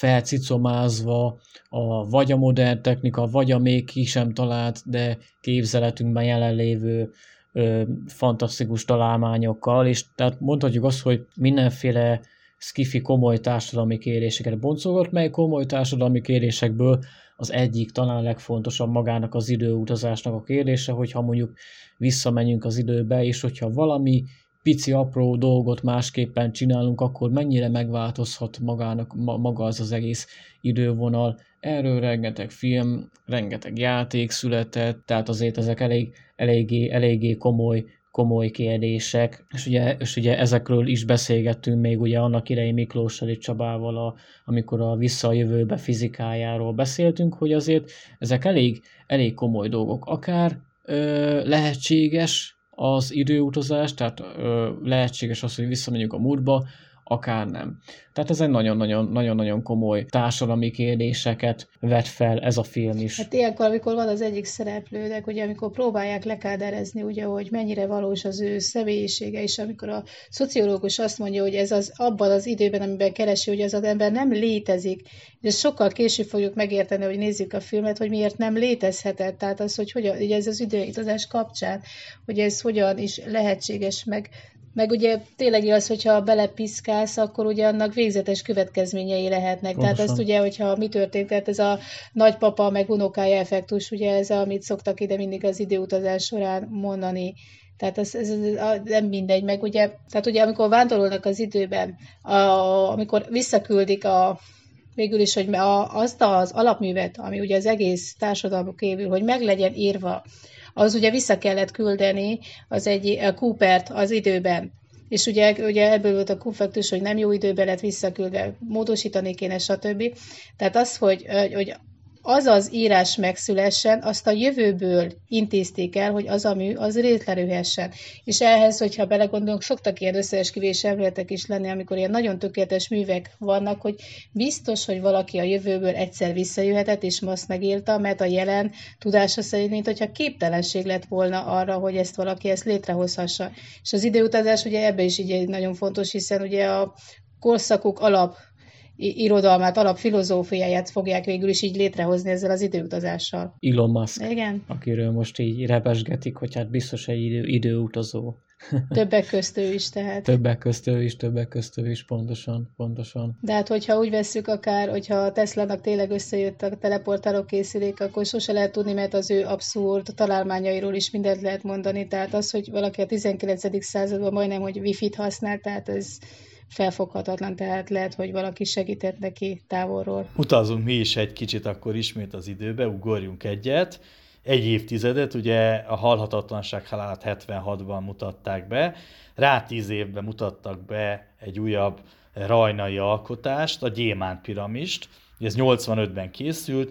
felcicomázva a vagy a modern technika, vagy a még ki sem talált, de képzeletünkben jelenlévő ö, fantasztikus találmányokkal, és tehát mondhatjuk azt, hogy mindenféle skifi komoly társadalmi kérdéseket boncolgat, mely komoly társadalmi kérdésekből az egyik talán legfontosabb magának az időutazásnak a kérdése, hogyha mondjuk visszamenjünk az időbe, és hogyha valami pici apró dolgot másképpen csinálunk, akkor mennyire megváltozhat magának, ma, maga az az egész idővonal. Erről rengeteg film, rengeteg játék született, tehát azért ezek elég, eléggé, eléggé komoly, komoly kérdések, és ugye, és ugye ezekről is beszélgettünk még ugye annak idején Miklós Csabával, a, amikor a Vissza a jövőbe fizikájáról beszéltünk, hogy azért ezek elég, elég komoly dolgok. Akár ö, lehetséges az időutazás, tehát ö, lehetséges az, hogy visszamegyünk a múltba, akár nem. Tehát ez egy nagyon-nagyon komoly társadalmi kérdéseket vet fel ez a film is. Hát ilyenkor, amikor van az egyik szereplőnek, ugye amikor próbálják lekáderezni, ugye, hogy mennyire valós az ő személyisége, és amikor a szociológus azt mondja, hogy ez az abban az időben, amiben keresi, hogy az az ember nem létezik, és sokkal később fogjuk megérteni, hogy nézzük a filmet, hogy miért nem létezhetett. Tehát az, hogy hogyan, ugye ez az időutazás kapcsán, hogy ez hogyan is lehetséges, meg Meg ugye tényleg az, hogyha belepiszkálsz, akkor ugye annak végzetes következményei lehetnek. Pontosan. Tehát azt ugye, hogyha mi történt, tehát ez a nagypapa meg unokája effektus, ugye ez, amit szoktak ide mindig az időutazás során mondani. Tehát ez, ez, ez nem mindegy, meg ugye, tehát ugye amikor vándorolnak az időben, a, amikor visszaküldik a végül is, hogy a, azt az alapművet, ami ugye az egész társadalmuk évül, hogy meg legyen írva, az ugye vissza kellett küldeni az egy a Coopert az időben. És ugye, ugye ebből volt a konfliktus, hogy nem jó időben lett visszaküldve, módosítani kéne, stb. Tehát az, hogy, hogy az az írás megszülessen, azt a jövőből intézték el, hogy az a mű, az létrejönhessen. És ehhez, hogyha belegondolunk, szoktak ilyen összeesküvés elméletek is lenni, amikor ilyen nagyon tökéletes művek vannak, hogy biztos, hogy valaki a jövőből egyszer visszajöhetett, és ma azt megírta, mert a jelen tudása szerint, mint hogyha képtelenség lett volna arra, hogy ezt valaki ezt létrehozhassa. És az időutazás ugye ebbe is így nagyon fontos, hiszen ugye a korszakok alap irodalmát, alapfilozófiáját fogják végül is így létrehozni ezzel az időutazással. Elon Musk, igen, akiről most így repesgetik, hogy hát biztos egy idő, időutazó. Többek közt ő is, tehát. Többek közt ő is, többek közt ő is, pontosan, pontosan. De hát, hogyha úgy vesszük akár, hogyha a Teslának tényleg összejött a teleportáló készülék, akkor sose lehet tudni, mert az ő abszurd találmányairól is mindent lehet mondani. Tehát az, hogy valaki a tizenkilencedik században majdnem, hogy wifi-t használ, tehát ez felfoghatatlan, tehát lehet, hogy valaki segített neki távolról. Utazunk mi is egy kicsit akkor ismét az időbe, ugorjunk egyet. Egy évtizedet, ugye a Halhatatlanság halálát hetvenhatban mutatták be, rá tíz évben mutattak be egy újabb rajnai alkotást, a Gyémánt piramist, ez nyolcvanötben készült,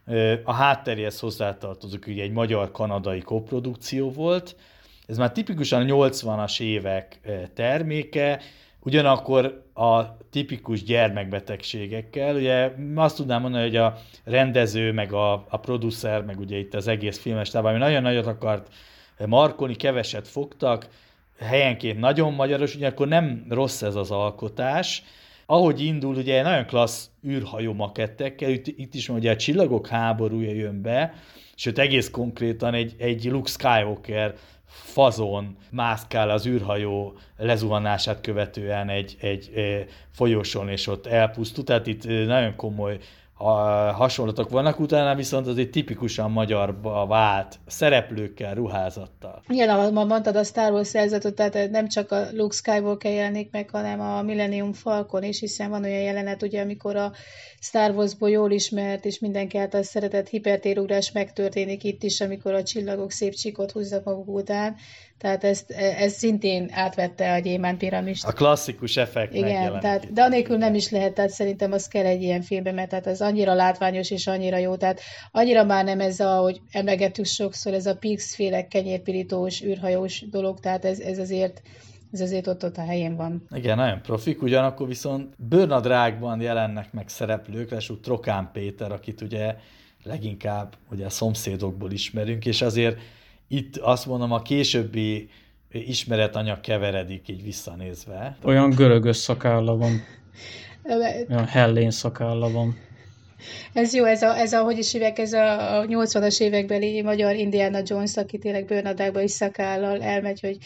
a hátteréhez hozzátartozik, ugye egy magyar-kanadai koprodukció volt, ez már tipikusan a nyolcvanas évek terméke, ugyanakkor a tipikus gyermekbetegségekkel. Ugye azt tudnám mondani, hogy a rendező, meg a, a producer, meg ugye itt az egész filmes tábor, ami nagyon nagyot akart markolni, keveset fogtak, helyenként nagyon magyaros, ugyanakkor nem rossz ez az alkotás. Ahogy indul, ugye nagyon klassz űrhajó makettekkel, itt, itt is ugye a Csillagok háborúja jön be, sőt egész konkrétan egy, egy Luke Skywalker fazon mászkál az űrhajó lezuhanását követően egy, egy folyosón, és ott elpusztul, tehát itt nagyon komoly hasonlatok vannak, utána viszont az egy tipikusan magyarba vált szereplőkkel, ruházattal. Igen, ahogy ma mondtad a Star Wars szerzetet, tehát nem csak a Luke Skywalker jelenik meg, hanem a Millennium Falcon is, hiszen van olyan jelenet, ugye, amikor a Star Warsból jól ismert és mindenki által szeretett hipertérugrás megtörténik itt is, amikor a csillagok szép csíkot húznak maguk után, tehát ezt, ez szintén átvette a Gyémánt piramist. A klasszikus effekt igen, tehát, de anélkül nem is lehet, tehát szerintem az kell egy ilyen filmben, mert tehát ez annyira látványos és annyira jó, tehát annyira már nem ez a, hogy emlegettük sokszor, ez a Pix-féle kenyérpirítós, űrhajós dolog, tehát ez, ez azért ez azért ott, ott a helyén van. Igen, nagyon profik, ugyanakkor viszont Bőrnadrágban jelennek meg szereplők, lesúgy Trokán Péter, akit ugye leginkább ugye a szomszédokból ismerünk, és azért itt azt mondom, a későbbi ismeretanyag keveredik így visszanézve. Olyan görögös szakálla van. Olyan hellén szakálla van. Ez jó, ez a, ez a hogy is hívják, ez a, a nyolcvanas évekbeli magyar Indiana Jones, aki tényleg bőrnadákba is szakállal elmegy, hogy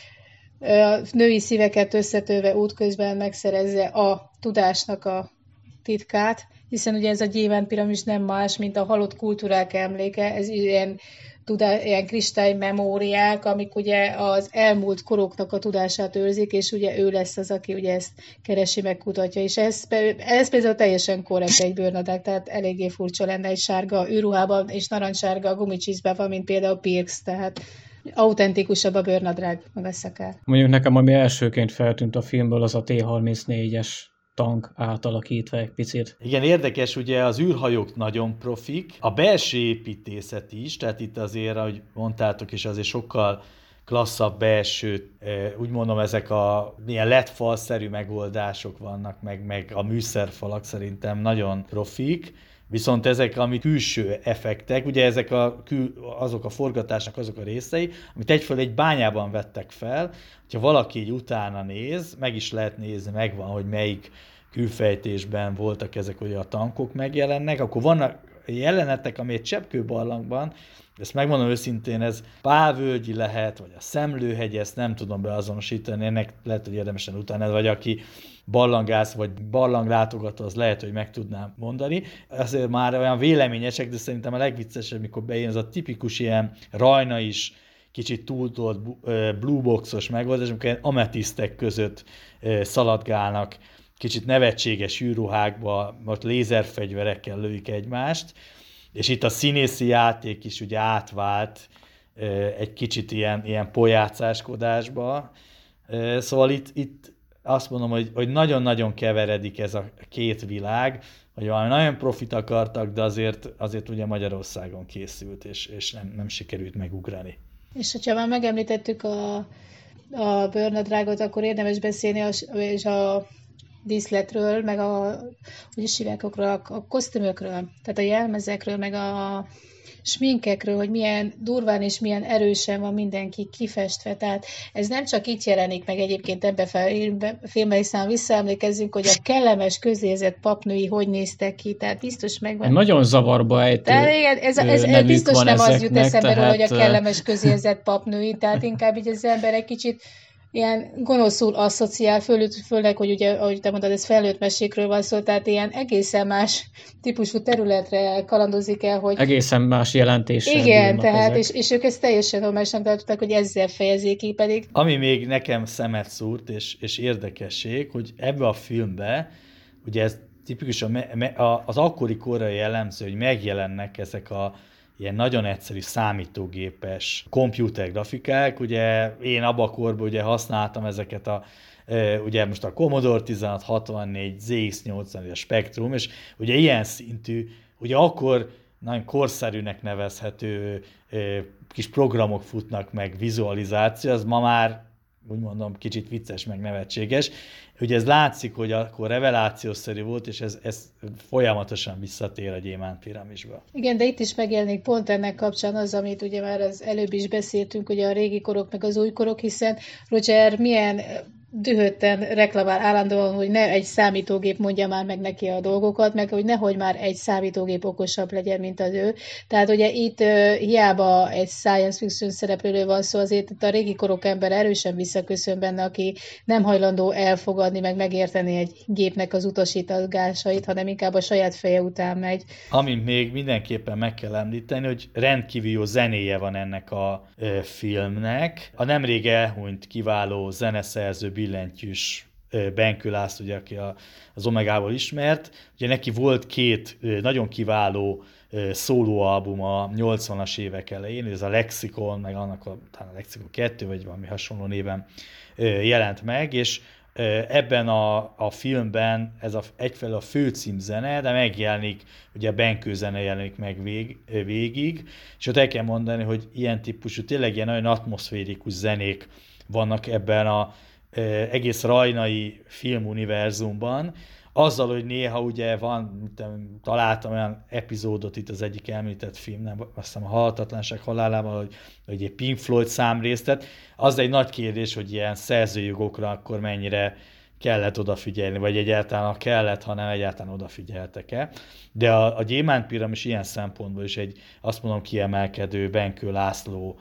a női szíveket összetőve útközben megszerezze a tudásnak a titkát, hiszen ugye ez a Gyémánt piramis nem más, mint a halott kultúrák emléke, ez ilyen, tudá, ilyen kristálymemóriák, amik ugye az elmúlt koroknak a tudását őrzik, és ugye ő lesz az, aki ugye ezt keresi, megkutatja, és ez, ez például teljesen korrekt egy bőrnadrág, tehát eléggé furcsa lenne egy sárga űrruhában és narancsárga gumicsizbában, mint például Pirx, tehát autentikusabb a bőrnadrág, meg a szakál. Mondjuk nekem, ami elsőként feltűnt a filmből, az a té harmincnégyes tank átalakítva egy picit. Igen, érdekes, ugye az űrhajók nagyon profik, a belső építészet is, tehát itt azért, ahogy mondtátok is, azért sokkal klasszabb belső, úgy mondom, ezek a milyen led falszerű megoldások vannak, meg, meg a műszerfalak szerintem nagyon profik. Viszont ezek, ami külső effektek, ugye ezek a kül, azok a forgatásnak azok a részei, amit egyfelől egy bányában vettek fel, hogyha valaki így utána néz, meg is lehet nézni, megvan, hogy melyik külfejtésben voltak ezek, hogy a tankok megjelennek, akkor vannak jelenetek, ami egy cseppkőbarlangban, ezt megmondom őszintén, ez Pálvölgyi lehet, vagy a Szemlőhegy, ezt nem tudom beazonosítani, ennek lehet, hogy érdemesen utána, vagy aki barlangász, vagy barlanglátogató, az lehet, hogy meg tudnám mondani. Azért már olyan véleményesek, de szerintem a legviccesebb, mikor bejön, az a tipikus ilyen rajna is, kicsit túltolt blueboxos megoldás, amikor ametisztek között szaladgálnak, kicsit nevetséges űrruhákba, most lézerfegyverekkel lövik egymást, és itt a színészi játék is ugye átvált egy kicsit ilyen, ilyen pojácáskodásba. Szóval itt, itt azt mondom, hogy, hogy nagyon-nagyon keveredik ez a két világ, hogy valami nagyon profit akartak, de azért, azért ugye Magyarországon készült, és, és nem, nem sikerült megugrani. És hogyha már megemlítettük a, a bőrnadrágot, akkor érdemes beszélni a, és a díszletről, meg a, hogy is hívják, a, a kosztümökről, tehát a jelmezekről, meg a sminkekről, hogy milyen durván és milyen erősen van mindenki kifestve. Tehát ez nem csak itt jelenik meg egyébként ebbe a filmben, hiszen visszaemlékezzünk, hogy a kellemes közérzett papnői hogy néztek ki, tehát biztos megvan. Nagyon zavarba ejtő de igen, ez, ez, ez biztos nem ezeknek, az jut eszembe, tehát... hogy a kellemes közérzett papnői, tehát inkább így az ember egy kicsit ilyen gonoszul asszociál, főleg, főleg, hogy ugye, ahogy te mondtad, ez felnőtt mesékről van szó, tehát ilyen egészen más típusú területre kalandozik el, hogy... Egészen más jelentéssel. Igen, tehát, és, és ők ezt teljesen normálisan tartották, hogy ezzel fejezik ki pedig. Ami még nekem szemet szúrt, és, és érdekesség, hogy ebbe a filmbe, ugye ez tipikusan me, me, az akkori korra jellemző, hogy megjelennek ezek a ilyen nagyon egyszerű számítógépes komputergrafikák, ugye én abban a korban ugye használtam ezeket a, ugye most a Commodore tizenhat hatvannégy, zé iksz nyolcvan, a Spectrum, és ugye ilyen szintű, ugye akkor nagyon korszerűnek nevezhető kis programok futnak meg, vizualizáció, az ma már úgy mondom, kicsit vicces, meg nevetséges. Ugye ez látszik, hogy akkor revelációszerű volt, és ez, ez folyamatosan visszatér a gyémántpiramisba. Igen, de itt is megjelenik pont ennek kapcsán az, amit ugye már az előbb is beszéltünk, ugye a régi korok meg az új korok, hiszen Roger milyen dühötten reklamál állandóan, hogy ne egy számítógép mondja már meg neki a dolgokat, meg hogy nehogy már egy számítógép okosabb legyen, mint az ő. Tehát ugye itt uh, hiába egy science fiction szereplőről van szó, azért itt a régi korok ember erősen visszaköszön benne, aki nem hajlandó elfogadni, meg megérteni egy gépnek az utasításait, hanem inkább a saját feje után megy. Amit még mindenképpen meg kell említeni, hogy rendkívül jó zenéje van ennek a ö, filmnek. A nemrég elhunyt kiváló zeneszerző billentyűs Benkő László, ugye, aki a, az Omegából ismert. Ugye neki volt két nagyon kiváló szólóalbum a nyolcvanas évek elején, ez a Lexikon, meg annak a, talán a Lexikon kettő, vagy valami hasonló néven jelent meg, és ebben a, a filmben ez a, egyfelől a főcímzene, de megjelenik, ugye a Benkő zene jelenik meg vég, végig, és ott el kell mondani, hogy ilyen típusú, tényleg ilyen nagyon atmoszférikus zenék vannak ebben a egész rajnai filmuniverzumban, azzal, hogy néha ugye van, tudom, találtam olyan epizódot itt az egyik említett filmben, azt hiszem a Halhatatlanság halálában, hogy, hogy egy Pink Floyd számrészt, tehát az egy nagy kérdés, hogy ilyen szerzőjogokra akkor mennyire kellett odafigyelni, vagy egyáltalán ha kellett, hanem egyáltalán odafigyeltek-e. De a, a Gyémántpiramis ilyen szempontból is egy, azt mondom, kiemelkedő Benkő László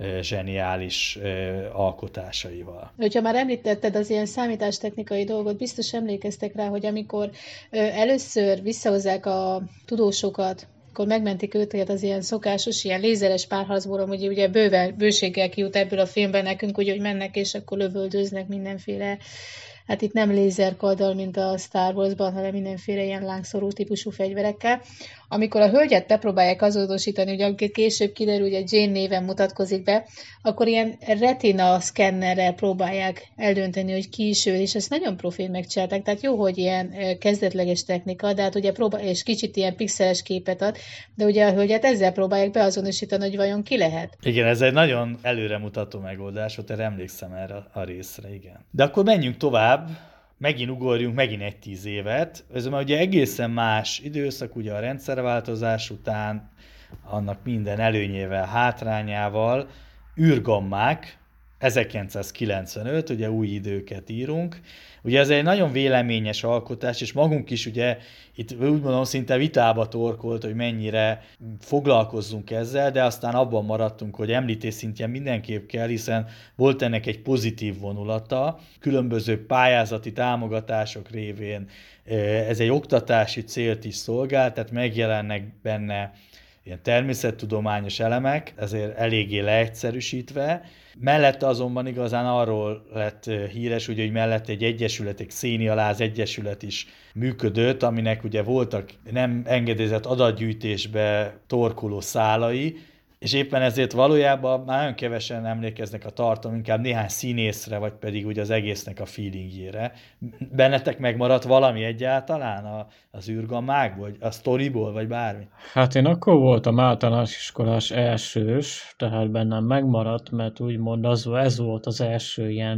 zseniális alkotásaival. Hogyha már említetted az ilyen számítástechnikai dolgot, biztos emlékeztek rá, hogy amikor először visszahozzák a tudósokat, akkor megmentik őket az ilyen szokásos, ilyen lézeres párharcból, hogy ugye bőven, bőséggel kijut ebből a filmben nekünk, úgy, hogy mennek, és akkor lövöldöznek mindenféle, hát itt nem lézerkarddal, mint a Star Wars-ban, hanem mindenféle ilyen lángszorú típusú fegyverekkel. Amikor a hölgyet bepróbálják azonosítani, ugye amikor később kiderül, hogy a Jane néven mutatkozik be, akkor ilyen retina szkennerrel próbálják eldönteni, hogy ki is ő, és ezt nagyon profin megcsinálták. Tehát jó, hogy ilyen kezdetleges technika, de hát ugye próbál, és kicsit ilyen pixeles képet ad, de ugye a hölgyet ezzel próbálják beazonosítani, hogy vajon ki lehet. Igen, ez egy nagyon előremutató megoldás, ott emlékszem erre a részre, igen. De akkor menjünk tovább. Megint ugorjunk megint egy tíz évet. Ez már ugye egészen más időszak, ugye a rendszerváltozás után, annak minden előnyével, hátrányával, űrgammák, ezerkilencszázkilencvenöt, ugye új időket írunk. Ugye ez egy nagyon véleményes alkotás, és magunk is ugye itt úgy mondom szinte vitába torkolt, hogy mennyire foglalkozzunk ezzel, de aztán abban maradtunk, hogy említés szintjén mindenképp kell, hiszen volt ennek egy pozitív vonulata, különböző pályázati támogatások révén ez egy oktatási célt is szolgál, tehát megjelennek benne ilyen természettudományos elemek, ezért eléggé leegyszerűsítve. Mellette azonban igazán arról lett híres, ugye, hogy mellette egy egyesület, egy Xenialáz egyesület is működött, aminek ugye voltak nem engedélyezett adatgyűjtésbe torkoló szálai, és éppen ezért valójában már nagyon kevesen emlékeznek a tartalom, inkább néhány színészre, vagy pedig ugye az egésznek a feelingjére. Bennetek megmaradt valami egyáltalán a, az űrgammákból, vagy a sztoriból, vagy bármi? Hát én akkor voltam általános iskolás elsős, tehát bennem megmaradt, mert úgymond az, ez volt az első ilyen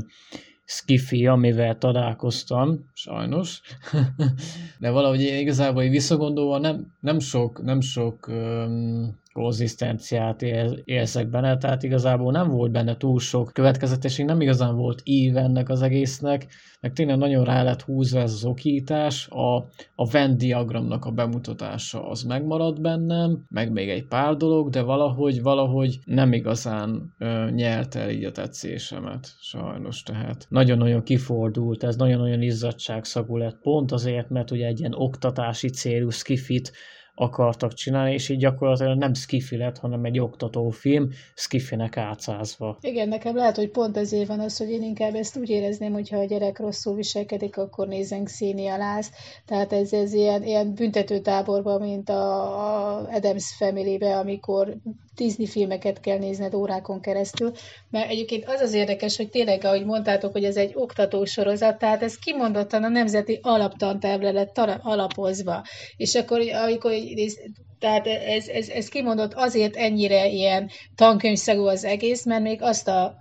skifi, amivel találkoztam, sajnos. De valahogy igazából visszagondolva nem, nem sok, nem sok um, konzisztenciát érzek benne, tehát igazából nem volt benne túl sok következetesség, nem igazán volt ív ennek az egésznek, meg tényleg nagyon rá lett húzva ez az okítás, a, a Venn diagramnak a bemutatása az megmaradt bennem, meg még egy pár dolog, de valahogy, valahogy nem igazán ö, nyert el így a tetszésemet, sajnos, tehát nagyon-nagyon kifordult, ez nagyon-nagyon izzadságszagú lett, pont azért, mert ugye egy ilyen oktatási célú skifit akartak csinálni, és így gyakorlatilag nem skifi lett, hanem egy oktatófilm, skifinek átszázva. Igen, nekem lehet, hogy pont ezért van az, hogy én inkább ezt úgy érezném, hogyha a gyerek rosszul viselkedik, akkor nézzen Xenialázt. Tehát ez, ez ilyen, ilyen büntetőtáborban, mint a, a Addams Family-be, amikor Disney filmeket kell nézned órákon keresztül. Mert egyébként az az érdekes, hogy tényleg, ahogy mondtátok, hogy ez egy oktatósorozat, tehát ez kimondottan a nemzeti alaptantervre lett alapozva. És akkor, amikor tehát ez, ez, ez kimondott azért ennyire ilyen tankönyvszagú az egész, mert még azt a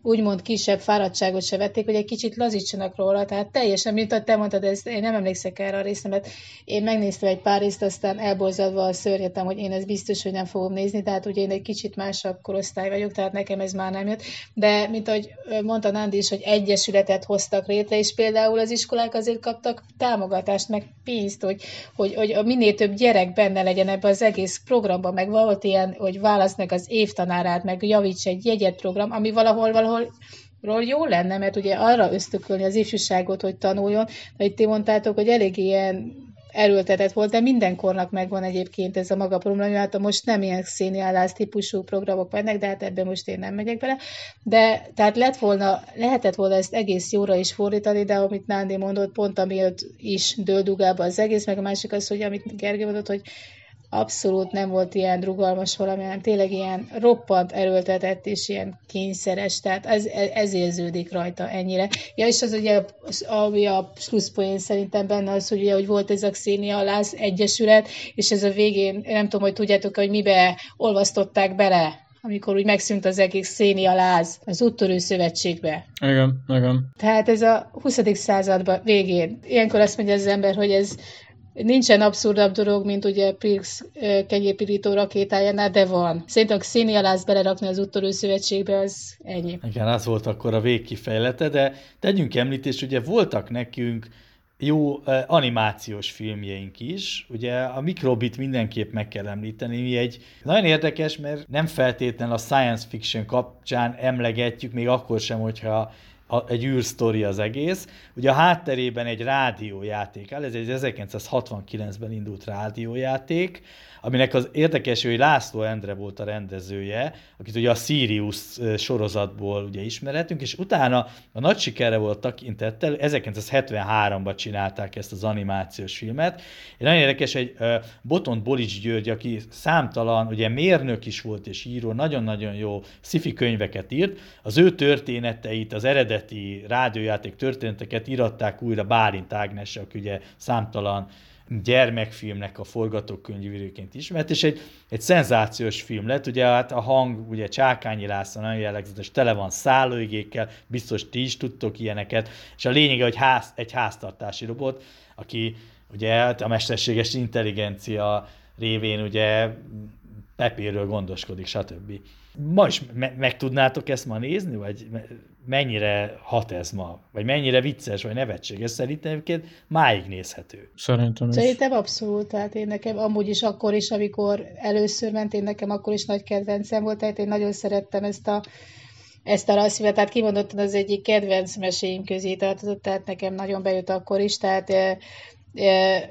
úgymond kisebb fáradtságot se vették, hogy egy kicsit lazítsanak róla, tehát teljesen, mint ahogy te mondtad, ezt, én nem emlékszek erre a részre, mert én megnéztem egy pár részt, aztán elborzadva szörnyetem, hogy én ezt biztos, hogy nem fogom nézni, tehát ugye én egy kicsit másabb korosztály vagyok, tehát nekem ez már nem jött, de mint ahogy mondta Nándi is, hogy egyesületet hoztak létre, és például az iskolák azért kaptak támogatást, meg pénzt, hogy, hogy, hogy a minél több gyerek benne legyen ebben az egész programban, meg volt ilyen, hogy választnak az évtanárát, meg javíts egy jegyet program, ami valahol, valahol ról jó lenne, mert ugye arra ösztökölni az ifjúságot, hogy tanuljon, de itt ti mondtátok, hogy elég ilyen erőltetett volt, de mindenkornak megvan egyébként ez a maga program, hát most nem ilyen széniállász típusú programok mennek, de hát ebben most én nem megyek bele, de tehát lett volna, lehetett volna ezt egész jóra is fordítani, de amit Nándi mondott, pont amiatt is dőldugába az egész, meg a másik az, hogy amit Gergő mondott, hogy abszolút nem volt ilyen rugalmas valami, hanem tényleg ilyen roppant erőltetett és ilyen kényszeres, tehát ez, ez érződik rajta ennyire. Ja, és az ugye, ami a pluszpoén szerintem benne az, hogy, ugye, hogy volt ez a Xenia Lász Egyesület, és ez a végén, nem tudom, hogy tudjátok, hogy mibe olvasztották bele, amikor úgy megszűnt az egész Xenia Láz az úttörő szövetségbe. Igen, igen. Tehát ez a huszadik században végén. Ilyenkor azt mondja az ember, hogy ez nincsen abszurdabb dolog, mint ugye Pirx kenyérpirító rakétájánál, de van. Szerintem a Xenia Lász belerakni az úttörő szövetségbe, az ennyi. Igen, az volt akkor a végkifejlete, de tegyünk említést, ugye voltak nekünk jó animációs filmjeink is. Ugye a Mikrobit mindenképp meg kell említeni. Mi egy nagyon érdekes, mert nem feltétlenül a science fiction kapcsán emlegetjük, még akkor sem, hogyha egy űrsztori az egész. Ugye a hátterében egy rádiójáték áll, ez egy ezerkilencszázhatvankilencben indult rádiójáték, aminek az érdekes, hogy László Endre volt a rendezője, akit ugye a Sirius sorozatból ugye ismerhetünk, és utána a nagy sikerre volt tekintettel, ezerkilencszázhetvenháromban csinálták ezt az animációs filmet. Egy nagyon érdekes, hogy Botont Bolics György, aki számtalan, ugye mérnök is volt és író, nagyon-nagyon jó sci-fi könyveket írt, az ő történeteit, az eredeti rádiójáték történeteket íratták újra Bálint Ágnes, aki ugye számtalan gyermekfilmnek a forgatókönyvíróként ismert, és egy, egy szenzációs film lett, ugye hát a hang, ugye Csákányi László nagyon jellegzetes, tele van szállóigékkel, biztos ti is tudtok ilyeneket, és a lényege, hogy ház, egy háztartási robot, aki ugye a mesterséges intelligencia révén ugye Pepéről gondoskodik, stb. Ma is me- meg tudnátok ezt ma nézni, vagy mennyire hat ez ma? Vagy mennyire vicces, vagy nevetséges? Szerintem egyébként máig nézhető. Szerintem is. Szerintem abszolút, tehát én nekem amúgy is akkor is, amikor először ment, én nekem akkor is nagy kedvencem volt, tehát én nagyon szerettem ezt a ezt a rasszívet, tehát kimondottan az egyik kedvenc meséim közé tartozott, tehát nekem nagyon bejött akkor is, tehát e, e,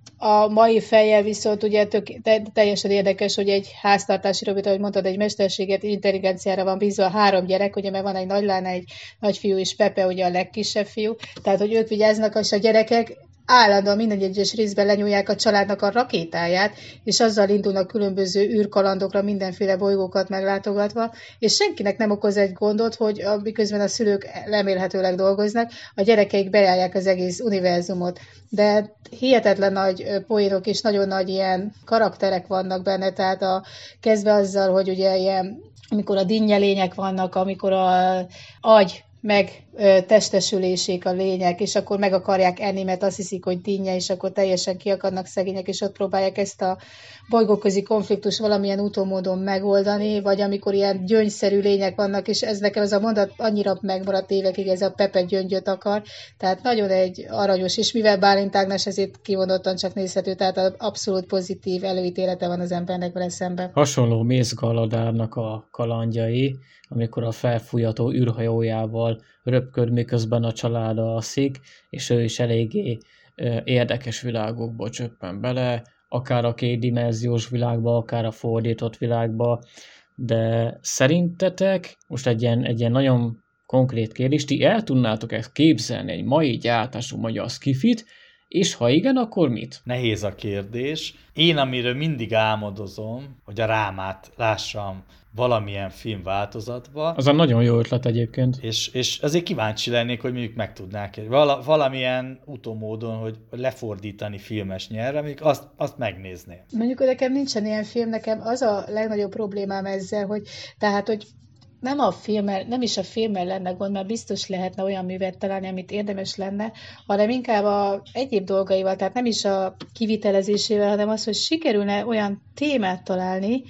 a mai fejjel viszont ugye tök, te, teljesen érdekes, hogy egy háztartási robot, ahogy mondtad, egy mesterséget, intelligenciára van bízva három gyerek, ugye, mert van egy nagylány, egy nagyfiú, és Pepe ugye a legkisebb fiú, tehát hogy ők vigyáznak, és a gyerekek állandóan minden egyes részben lenyúlják a családnak a rakétáját, és azzal indulnak különböző űrkalandokra, mindenféle bolygókat meglátogatva, és senkinek nem okoz egy gondot, hogy miközben a szülők remélhetőleg dolgoznak, a gyerekeik bejárják az egész univerzumot. De hihetetlen nagy poénok és nagyon nagy ilyen karakterek vannak benne, tehát a, kezdve azzal, hogy ugye ilyen, amikor a dinnyelények vannak, amikor a agy meg ö, testesülésék a lények, és akkor meg akarják enni, mert azt hiszik, hogy dinnye, és akkor teljesen kiakadnak szegények, és ott próbálják ezt a bolygóközi konfliktus valamilyen úton módon megoldani, vagy amikor ilyen gyöngyszerű lények vannak, és ez nekem ez a mondat annyira megmaradt évekig, ez a Pepe gyöngyöt akar, tehát nagyon egy aranyos, és mivel Bálint Ágnes ezért kimondottan csak nézhető, tehát abszolút pozitív előítélete van az embernek vele szemben. Hasonló Mész Galadárnak a kalandjai, amikor a felfújható űrhajójával röpköd, miközben a család alszik, és ő is eléggé érdekes világokba csöppen bele, akár a kétdimenziós világba, akár a fordított világba, de szerintetek, most egy ilyen, egy ilyen nagyon konkrét kérdés, ti el tudnátok ezt képzelni egy mai gyártású magyar skifit, és ha igen, akkor mit? Nehéz a kérdés. Én, amiről mindig álmodozom, hogy a Rámát lássam valamilyen film változatban. Az a nagyon jó ötlet egyébként. És, és azért kíváncsi lennék, hogy mondjuk meg tudnák vala, valamilyen utómódon, hogy lefordítani filmes nyelvre, mondjuk azt, azt megnézném. Mondjuk, hogy nekem nincsen ilyen film, nekem az a legnagyobb problémám ezzel, hogy tehát, hogy nem a filmmel, nem is a filmmel lenne gond, mert biztos lehetne olyan művet találni, amit érdemes lenne, hanem inkább a egyéb dolgaival, tehát nem is a kivitelezésével, hanem az, hogy sikerülne olyan témát találni,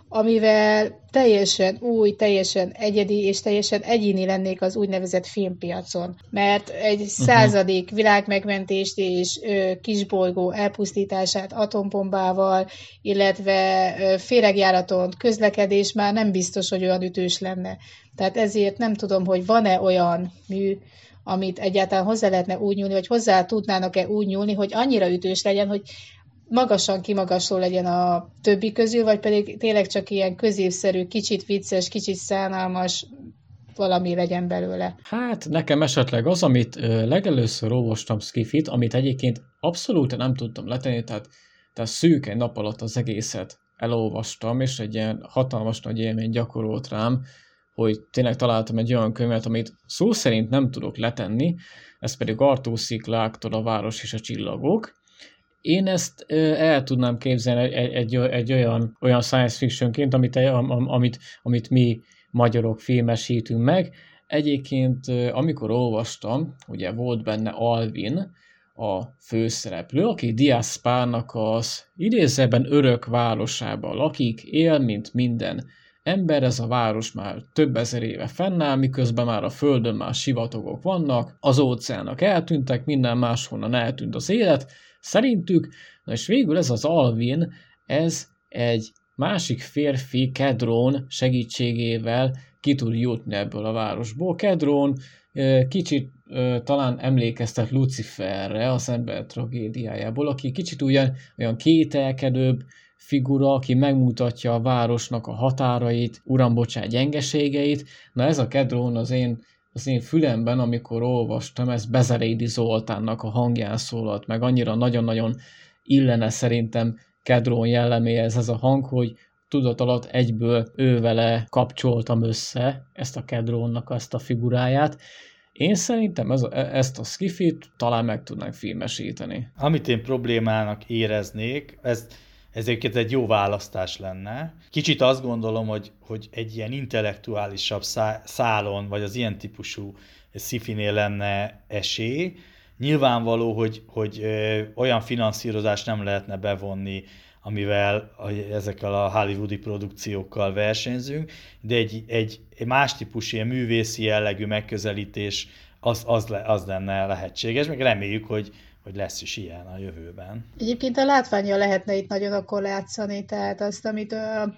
amivel teljesen új, teljesen egyedi és teljesen egyéni lennék az úgynevezett filmpiacon. Mert egy századik világmegmentést és ö, kisbolygó elpusztítását atombombával, illetve ö, féregjáraton közlekedés már nem biztos, hogy olyan ütős lenne. Tehát ezért nem tudom, hogy van-e olyan mű, amit egyáltalán hozzá lehetne úgy nyúlni, vagy hozzá tudnának-e úgy nyúlni, hogy annyira ütős legyen, hogy magasan kimagasló legyen a többi közül, vagy pedig tényleg csak ilyen középszerű, kicsit vicces, kicsit szánalmas valami legyen belőle. Hát nekem esetleg az, amit ö, legelőször olvastam Skifit, amit egyébként abszolút nem tudtam letenni, tehát, tehát szűk egy nap alatt az egészet elolvastam, és egy ilyen hatalmas nagy élmény gyakorolt rám, hogy tényleg találtam egy olyan könyvet, amit szó szerint nem tudok letenni, ez pedig Arthur C. Clarke-tól A város és a csillagok. Én ezt el tudnám képzelni egy, egy, egy olyan, olyan science fictionként, amit, amit, amit mi magyarok filmesítünk meg. Egyébként, amikor olvastam, ugye volt benne Alvin, a főszereplő, aki Diaz Spárnak az idézőben örök városában lakik, él, mint minden ember, ez a város már több ezer éve fennáll, miközben már a Földön már sivatagok vannak, az óceánok eltűntek, minden máshonnan eltűnt az élet, szerintük, na és végül ez az Alvin, ez egy másik férfi, Kedron segítségével ki tud jutni ebből a városból. Kedron kicsit talán emlékeztet Luciferre, az ember tragédiájából, aki kicsit olyan, olyan kételkedőbb figura, aki megmutatja a városnak a határait, uram, bocsánat, gyengeségeit. Na ez a Kedron az én az én fülemben, amikor olvastam, ez Bezerédi Zoltánnak a hangján szólalt meg, annyira nagyon-nagyon illene szerintem Kedron jelleméhez ez a hang, hogy tudat alatt egyből ővele kapcsoltam össze ezt a Kedronnak ezt a figuráját. Én szerintem ez a, ezt a skifit talán meg tudnánk filmesíteni. Amit én problémának éreznék, ez ezért egy jó választás lenne. Kicsit azt gondolom, hogy, hogy egy ilyen intellektuálisabb szálon, vagy az ilyen típusú sci-finél lenne esély. Nyilvánvaló, hogy, hogy ö, olyan finanszírozást nem lehetne bevonni, amivel ezekkel a hollywoodi produkciókkal versenyzünk, de egy, egy, egy más típusú ilyen művészi jellegű megközelítés az, az, le, az lenne lehetséges, meg reméljük, hogy hogy lesz is ilyen a jövőben. Egyébként a látvánnyal lehetne itt nagyon akkor látszani, tehát azt, amit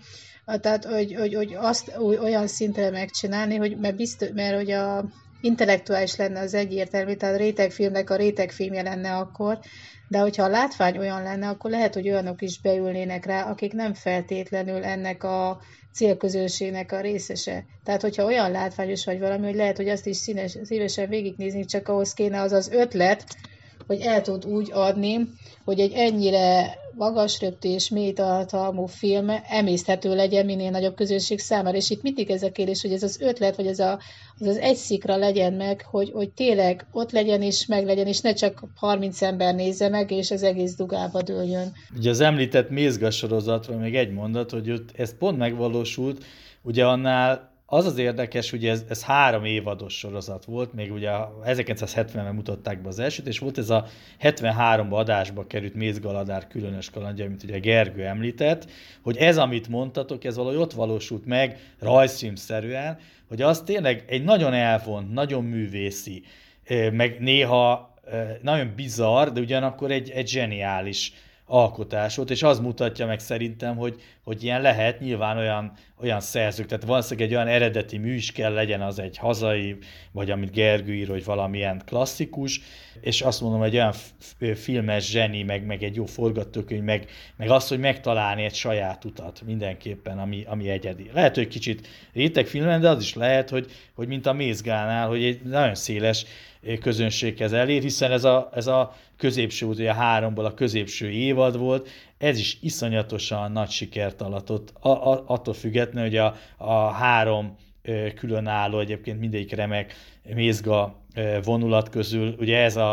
a, tehát, hogy, hogy, hogy azt olyan szintre megcsinálni, hogy mert, biztos, mert hogy a intellektuális lenne az egyértelmű, tehát a rétegfilmnek a rétegfilmje lenne akkor, de hogyha a látvány olyan lenne, akkor lehet, hogy olyanok is beülnének rá, akik nem feltétlenül ennek a célközönségnek a részese. Tehát, hogyha olyan látványos vagy valami, hogy lehet, hogy azt is színes, szívesen végignézni, csak ahhoz kéne az az ötlet, hogy el tud úgy adni, hogy egy ennyire magas röptű és mély tartalmú film emészthető legyen minél nagyobb közönség számára. És itt mindig ez a kérdés, hogy ez az ötlet, vagy ez a, az, az egy szikra legyen meg, hogy, hogy tényleg ott legyen és meg legyen, és ne csak harminc ember nézze meg, és az egész dugába dőljön. Ugye az említett Mézga sorozatról még egy mondat, hogy ott ez pont megvalósult, ugye annál az az érdekes, hogy ez, ez három évados sorozat volt, még ugye ezerkilencszázhetvenben mutatták be az elsőt, és volt ez a hetvenháromba adásba került Mézgaladár különös kalandja, amit ugye Gergő említett, hogy ez, amit mondtatok, ez valahogy ott valósult meg rajzfilmszerűen, hogy az tényleg egy nagyon elvont, nagyon művészi, meg néha nagyon bizarr, de ugyanakkor egy, egy zseniális alkotás volt, és az mutatja meg szerintem, hogy, hogy ilyen lehet, nyilván olyan, olyan szerzők, tehát valószínűleg egy olyan eredeti mű is kell legyen, az egy hazai, vagy amit Gergő ír, hogy valamilyen klasszikus, és azt mondom, hogy egy olyan filmes zseni, meg, meg egy jó forgatókönyv, meg, meg az, hogy megtalálni egy saját utat mindenképpen, ami, ami egyedi. Lehet, hogy kicsit rétegfilmen, de az is lehet, hogy, hogy mint a Mézgánál, hogy egy nagyon széles közönséghez elér, hiszen ez a, ez a középső, ugye a háromból a középső évad volt, ez is iszonyatosan nagy sikert aratott, a, a, attól függetlenül, hogy a, a három ö, különálló, egyébként mindegyik remek Mézga ö, vonulat közül, ugye ez a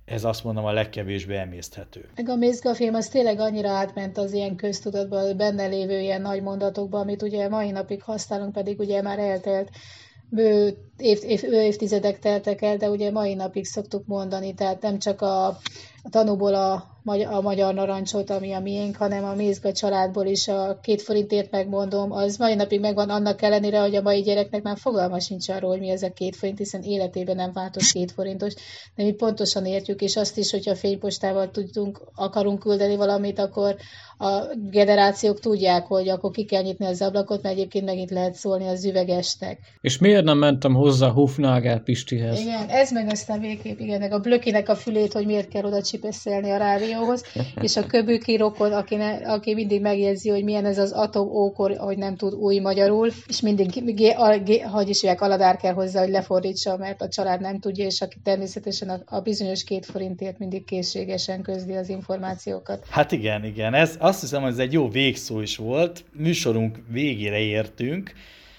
ez azt mondom a legkevésbé emészthető. Meg a Mézga-film az tényleg annyira átment az ilyen köztudatban, benne lévő ilyen nagy mondatokban, amit ugye mai napig használunk, pedig ugye már eltelt bő év, év, évtizedek teltek el, de ugye mai napig szoktuk mondani, tehát nem csak a, a tanúból a, a magyar narancsot, ami a miénk, hanem a Mézga családból is a két forintért megmondom, az mai napig megvan annak ellenére, hogy a mai gyereknek már fogalma sincs arról, hogy mi ez a két forint, hiszen életében nem váltott két forintos, de mi pontosan értjük, és azt is, hogyha fénypostával tudunk, akarunk küldeni valamit, akkor a generációk tudják, hogy akkor ki kell nyitni az ablakot, mert egyébként megint lehet szólni az üvegesnek. És miért nem mentem hozzá Hufnagel Pistihez? Igen, ez meg aztán végképp, igen, meg a Blökinek a fülét, hogy miért kell oda csipesszelni a rádióhoz, és a Köbüki rokon, aki, ne, aki mindig megjegyzi, hogy milyen ez az atomókor, hogy nem tud új magyarul, és mindig, g, a, g, hogy is üveg aladár kell hozzá, hogy lefordítsa, mert a család nem tudja, és aki természetesen a, a bizonyos két forintért mindig készségesen közli az információkat. Hát igen, igen, ez azt hiszem, hogy ez egy jó végszó is volt. Műsorunk végére értünk.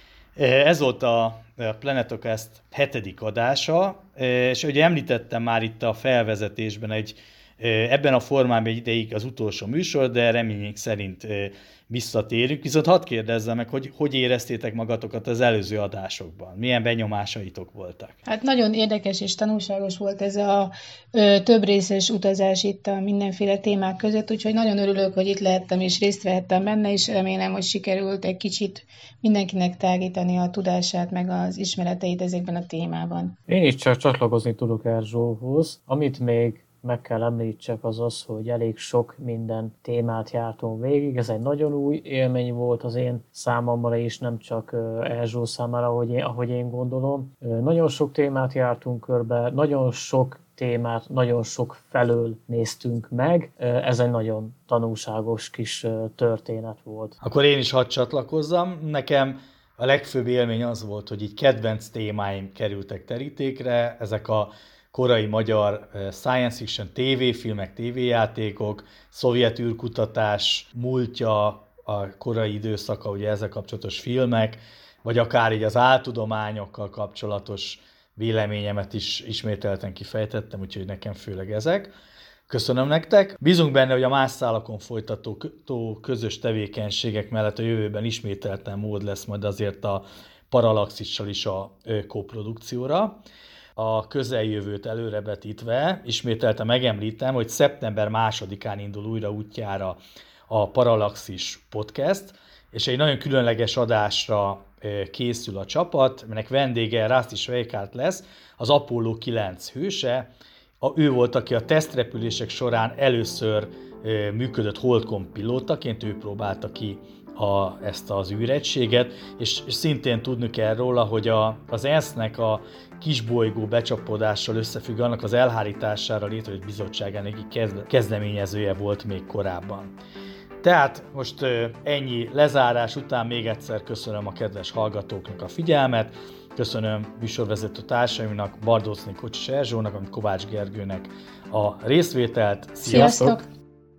Ez volt a Planetocast hetedik adása, és ugye említettem már itt a felvezetésben, egy ebben a formában egy ideig az utolsó műsor, de reményünk szerint visszatérünk. Viszont hadd kérdezzem meg, hogy hogy éreztétek magatokat az előző adásokban? Milyen benyomásaitok voltak? Hát nagyon érdekes és tanulságos volt ez a ö, több részes utazás itt a mindenféle témák között, úgyhogy nagyon örülök, hogy itt lehettem és részt vehettem benne, és remélem, hogy sikerült egy kicsit mindenkinek tágítani a tudását, meg az ismereteit ezekben a témában. Én is csak csatlakozni tudok Erzsóhoz, amit még meg kell említsek az az, hogy elég sok minden témát jártunk végig. Ez egy nagyon új élmény volt az én számomra is, nem csak Erzsó számára, ahogy én, ahogy én gondolom. Nagyon sok témát jártunk körbe, nagyon sok témát, nagyon sok felől néztünk meg. Ez egy nagyon tanulságos kis történet volt. Akkor én is hadd csatlakozzam. Nekem a legfőbb élmény az volt, hogy így kedvenc témáim kerültek terítékre. Ezek a korai magyar science fiction tévéfilmek, tévéjátékok, szovjet űrkutatás múltja, a korai időszaka, ugye ezzel kapcsolatos filmek, vagy akár így az áltudományokkal kapcsolatos véleményemet is ismételten kifejtettem, úgyhogy nekem főleg ezek. Köszönöm nektek. Bízunk benne, hogy a más szálakon folytató közös tevékenységek mellett a jövőben ismételten mód lesz majd azért a Parallaxissal is a koprodukcióra. A közeljövőt előrevetítve ismételten megemlítem, hogy szeptember másodikán indul újra útjára a Parallaxis podcast, és egy nagyon különleges adásra készül a csapat, aminek vendége Rusty Schweickart lesz, az Apollo kilenc hőse. Ő volt, aki a tesztrepülések során először működött Holdcom pilótaként, ő próbálta ki A, ezt az űregységet, és, és szintén tudni kell róla, hogy a, az e en es nek a kisbolygó becsapódással összefügg annak az elhárítására létrejött bizottságának kezd, kezdeményezője volt még korábban. Tehát most ennyi lezárás után még egyszer köszönöm a kedves hallgatóknak a figyelmet, köszönöm műsorvezető társaimnak, Bardócné Kocsis Erzsónak, amit Kovács Gergőnek a részvételt. Sziasztok! Sziasztok!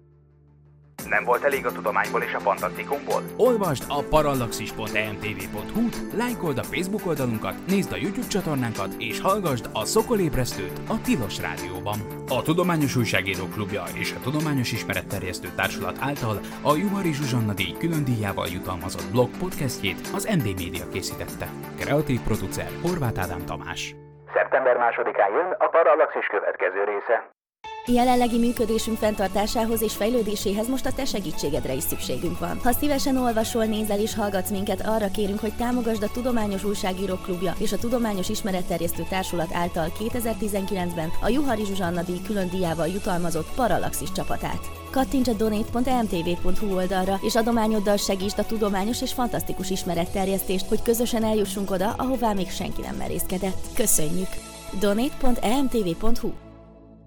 Nem volt elég a tudományból és a fantasztikumból? Olvasd a parallaxis pont e m t v pont h u-t, lájkold a Facebook oldalunkat, nézd a YouTube csatornánkat, és hallgasd a Szokolébresztőt a Tilos Rádióban. A Tudományos Újságírók Klubja és a Tudományos Ismeretterjesztő Társulat által a Juhari Zsuzsanna díj külön díjával jutalmazott blog podcastjét az em dé Média készítette. Kreatív producer Horváth Ádám Tamás. szeptember másodikán jön a Parallaxis következő része. Jelenlegi működésünk fenntartásához és fejlődéséhez most a te segítségedre is szükségünk van. Ha szívesen olvasol, nézel és hallgatsz minket, arra kérünk, hogy támogasd a Tudományos Újságírók Klubja és a Tudományos Ismeretterjesztő Társulat által kétezer-tizenkilencben a Juhari Zsuzsanna díj külön díjával jutalmazott Parallaxis csapatát. Kattints a donate pont e m t v pont h u oldalra, és adományoddal segítsd a tudományos és fantasztikus ismeretterjesztést, hogy közösen eljussunk oda, ahová még senki nem merészkedett. Köszönjük! donate pont e m t v pont h u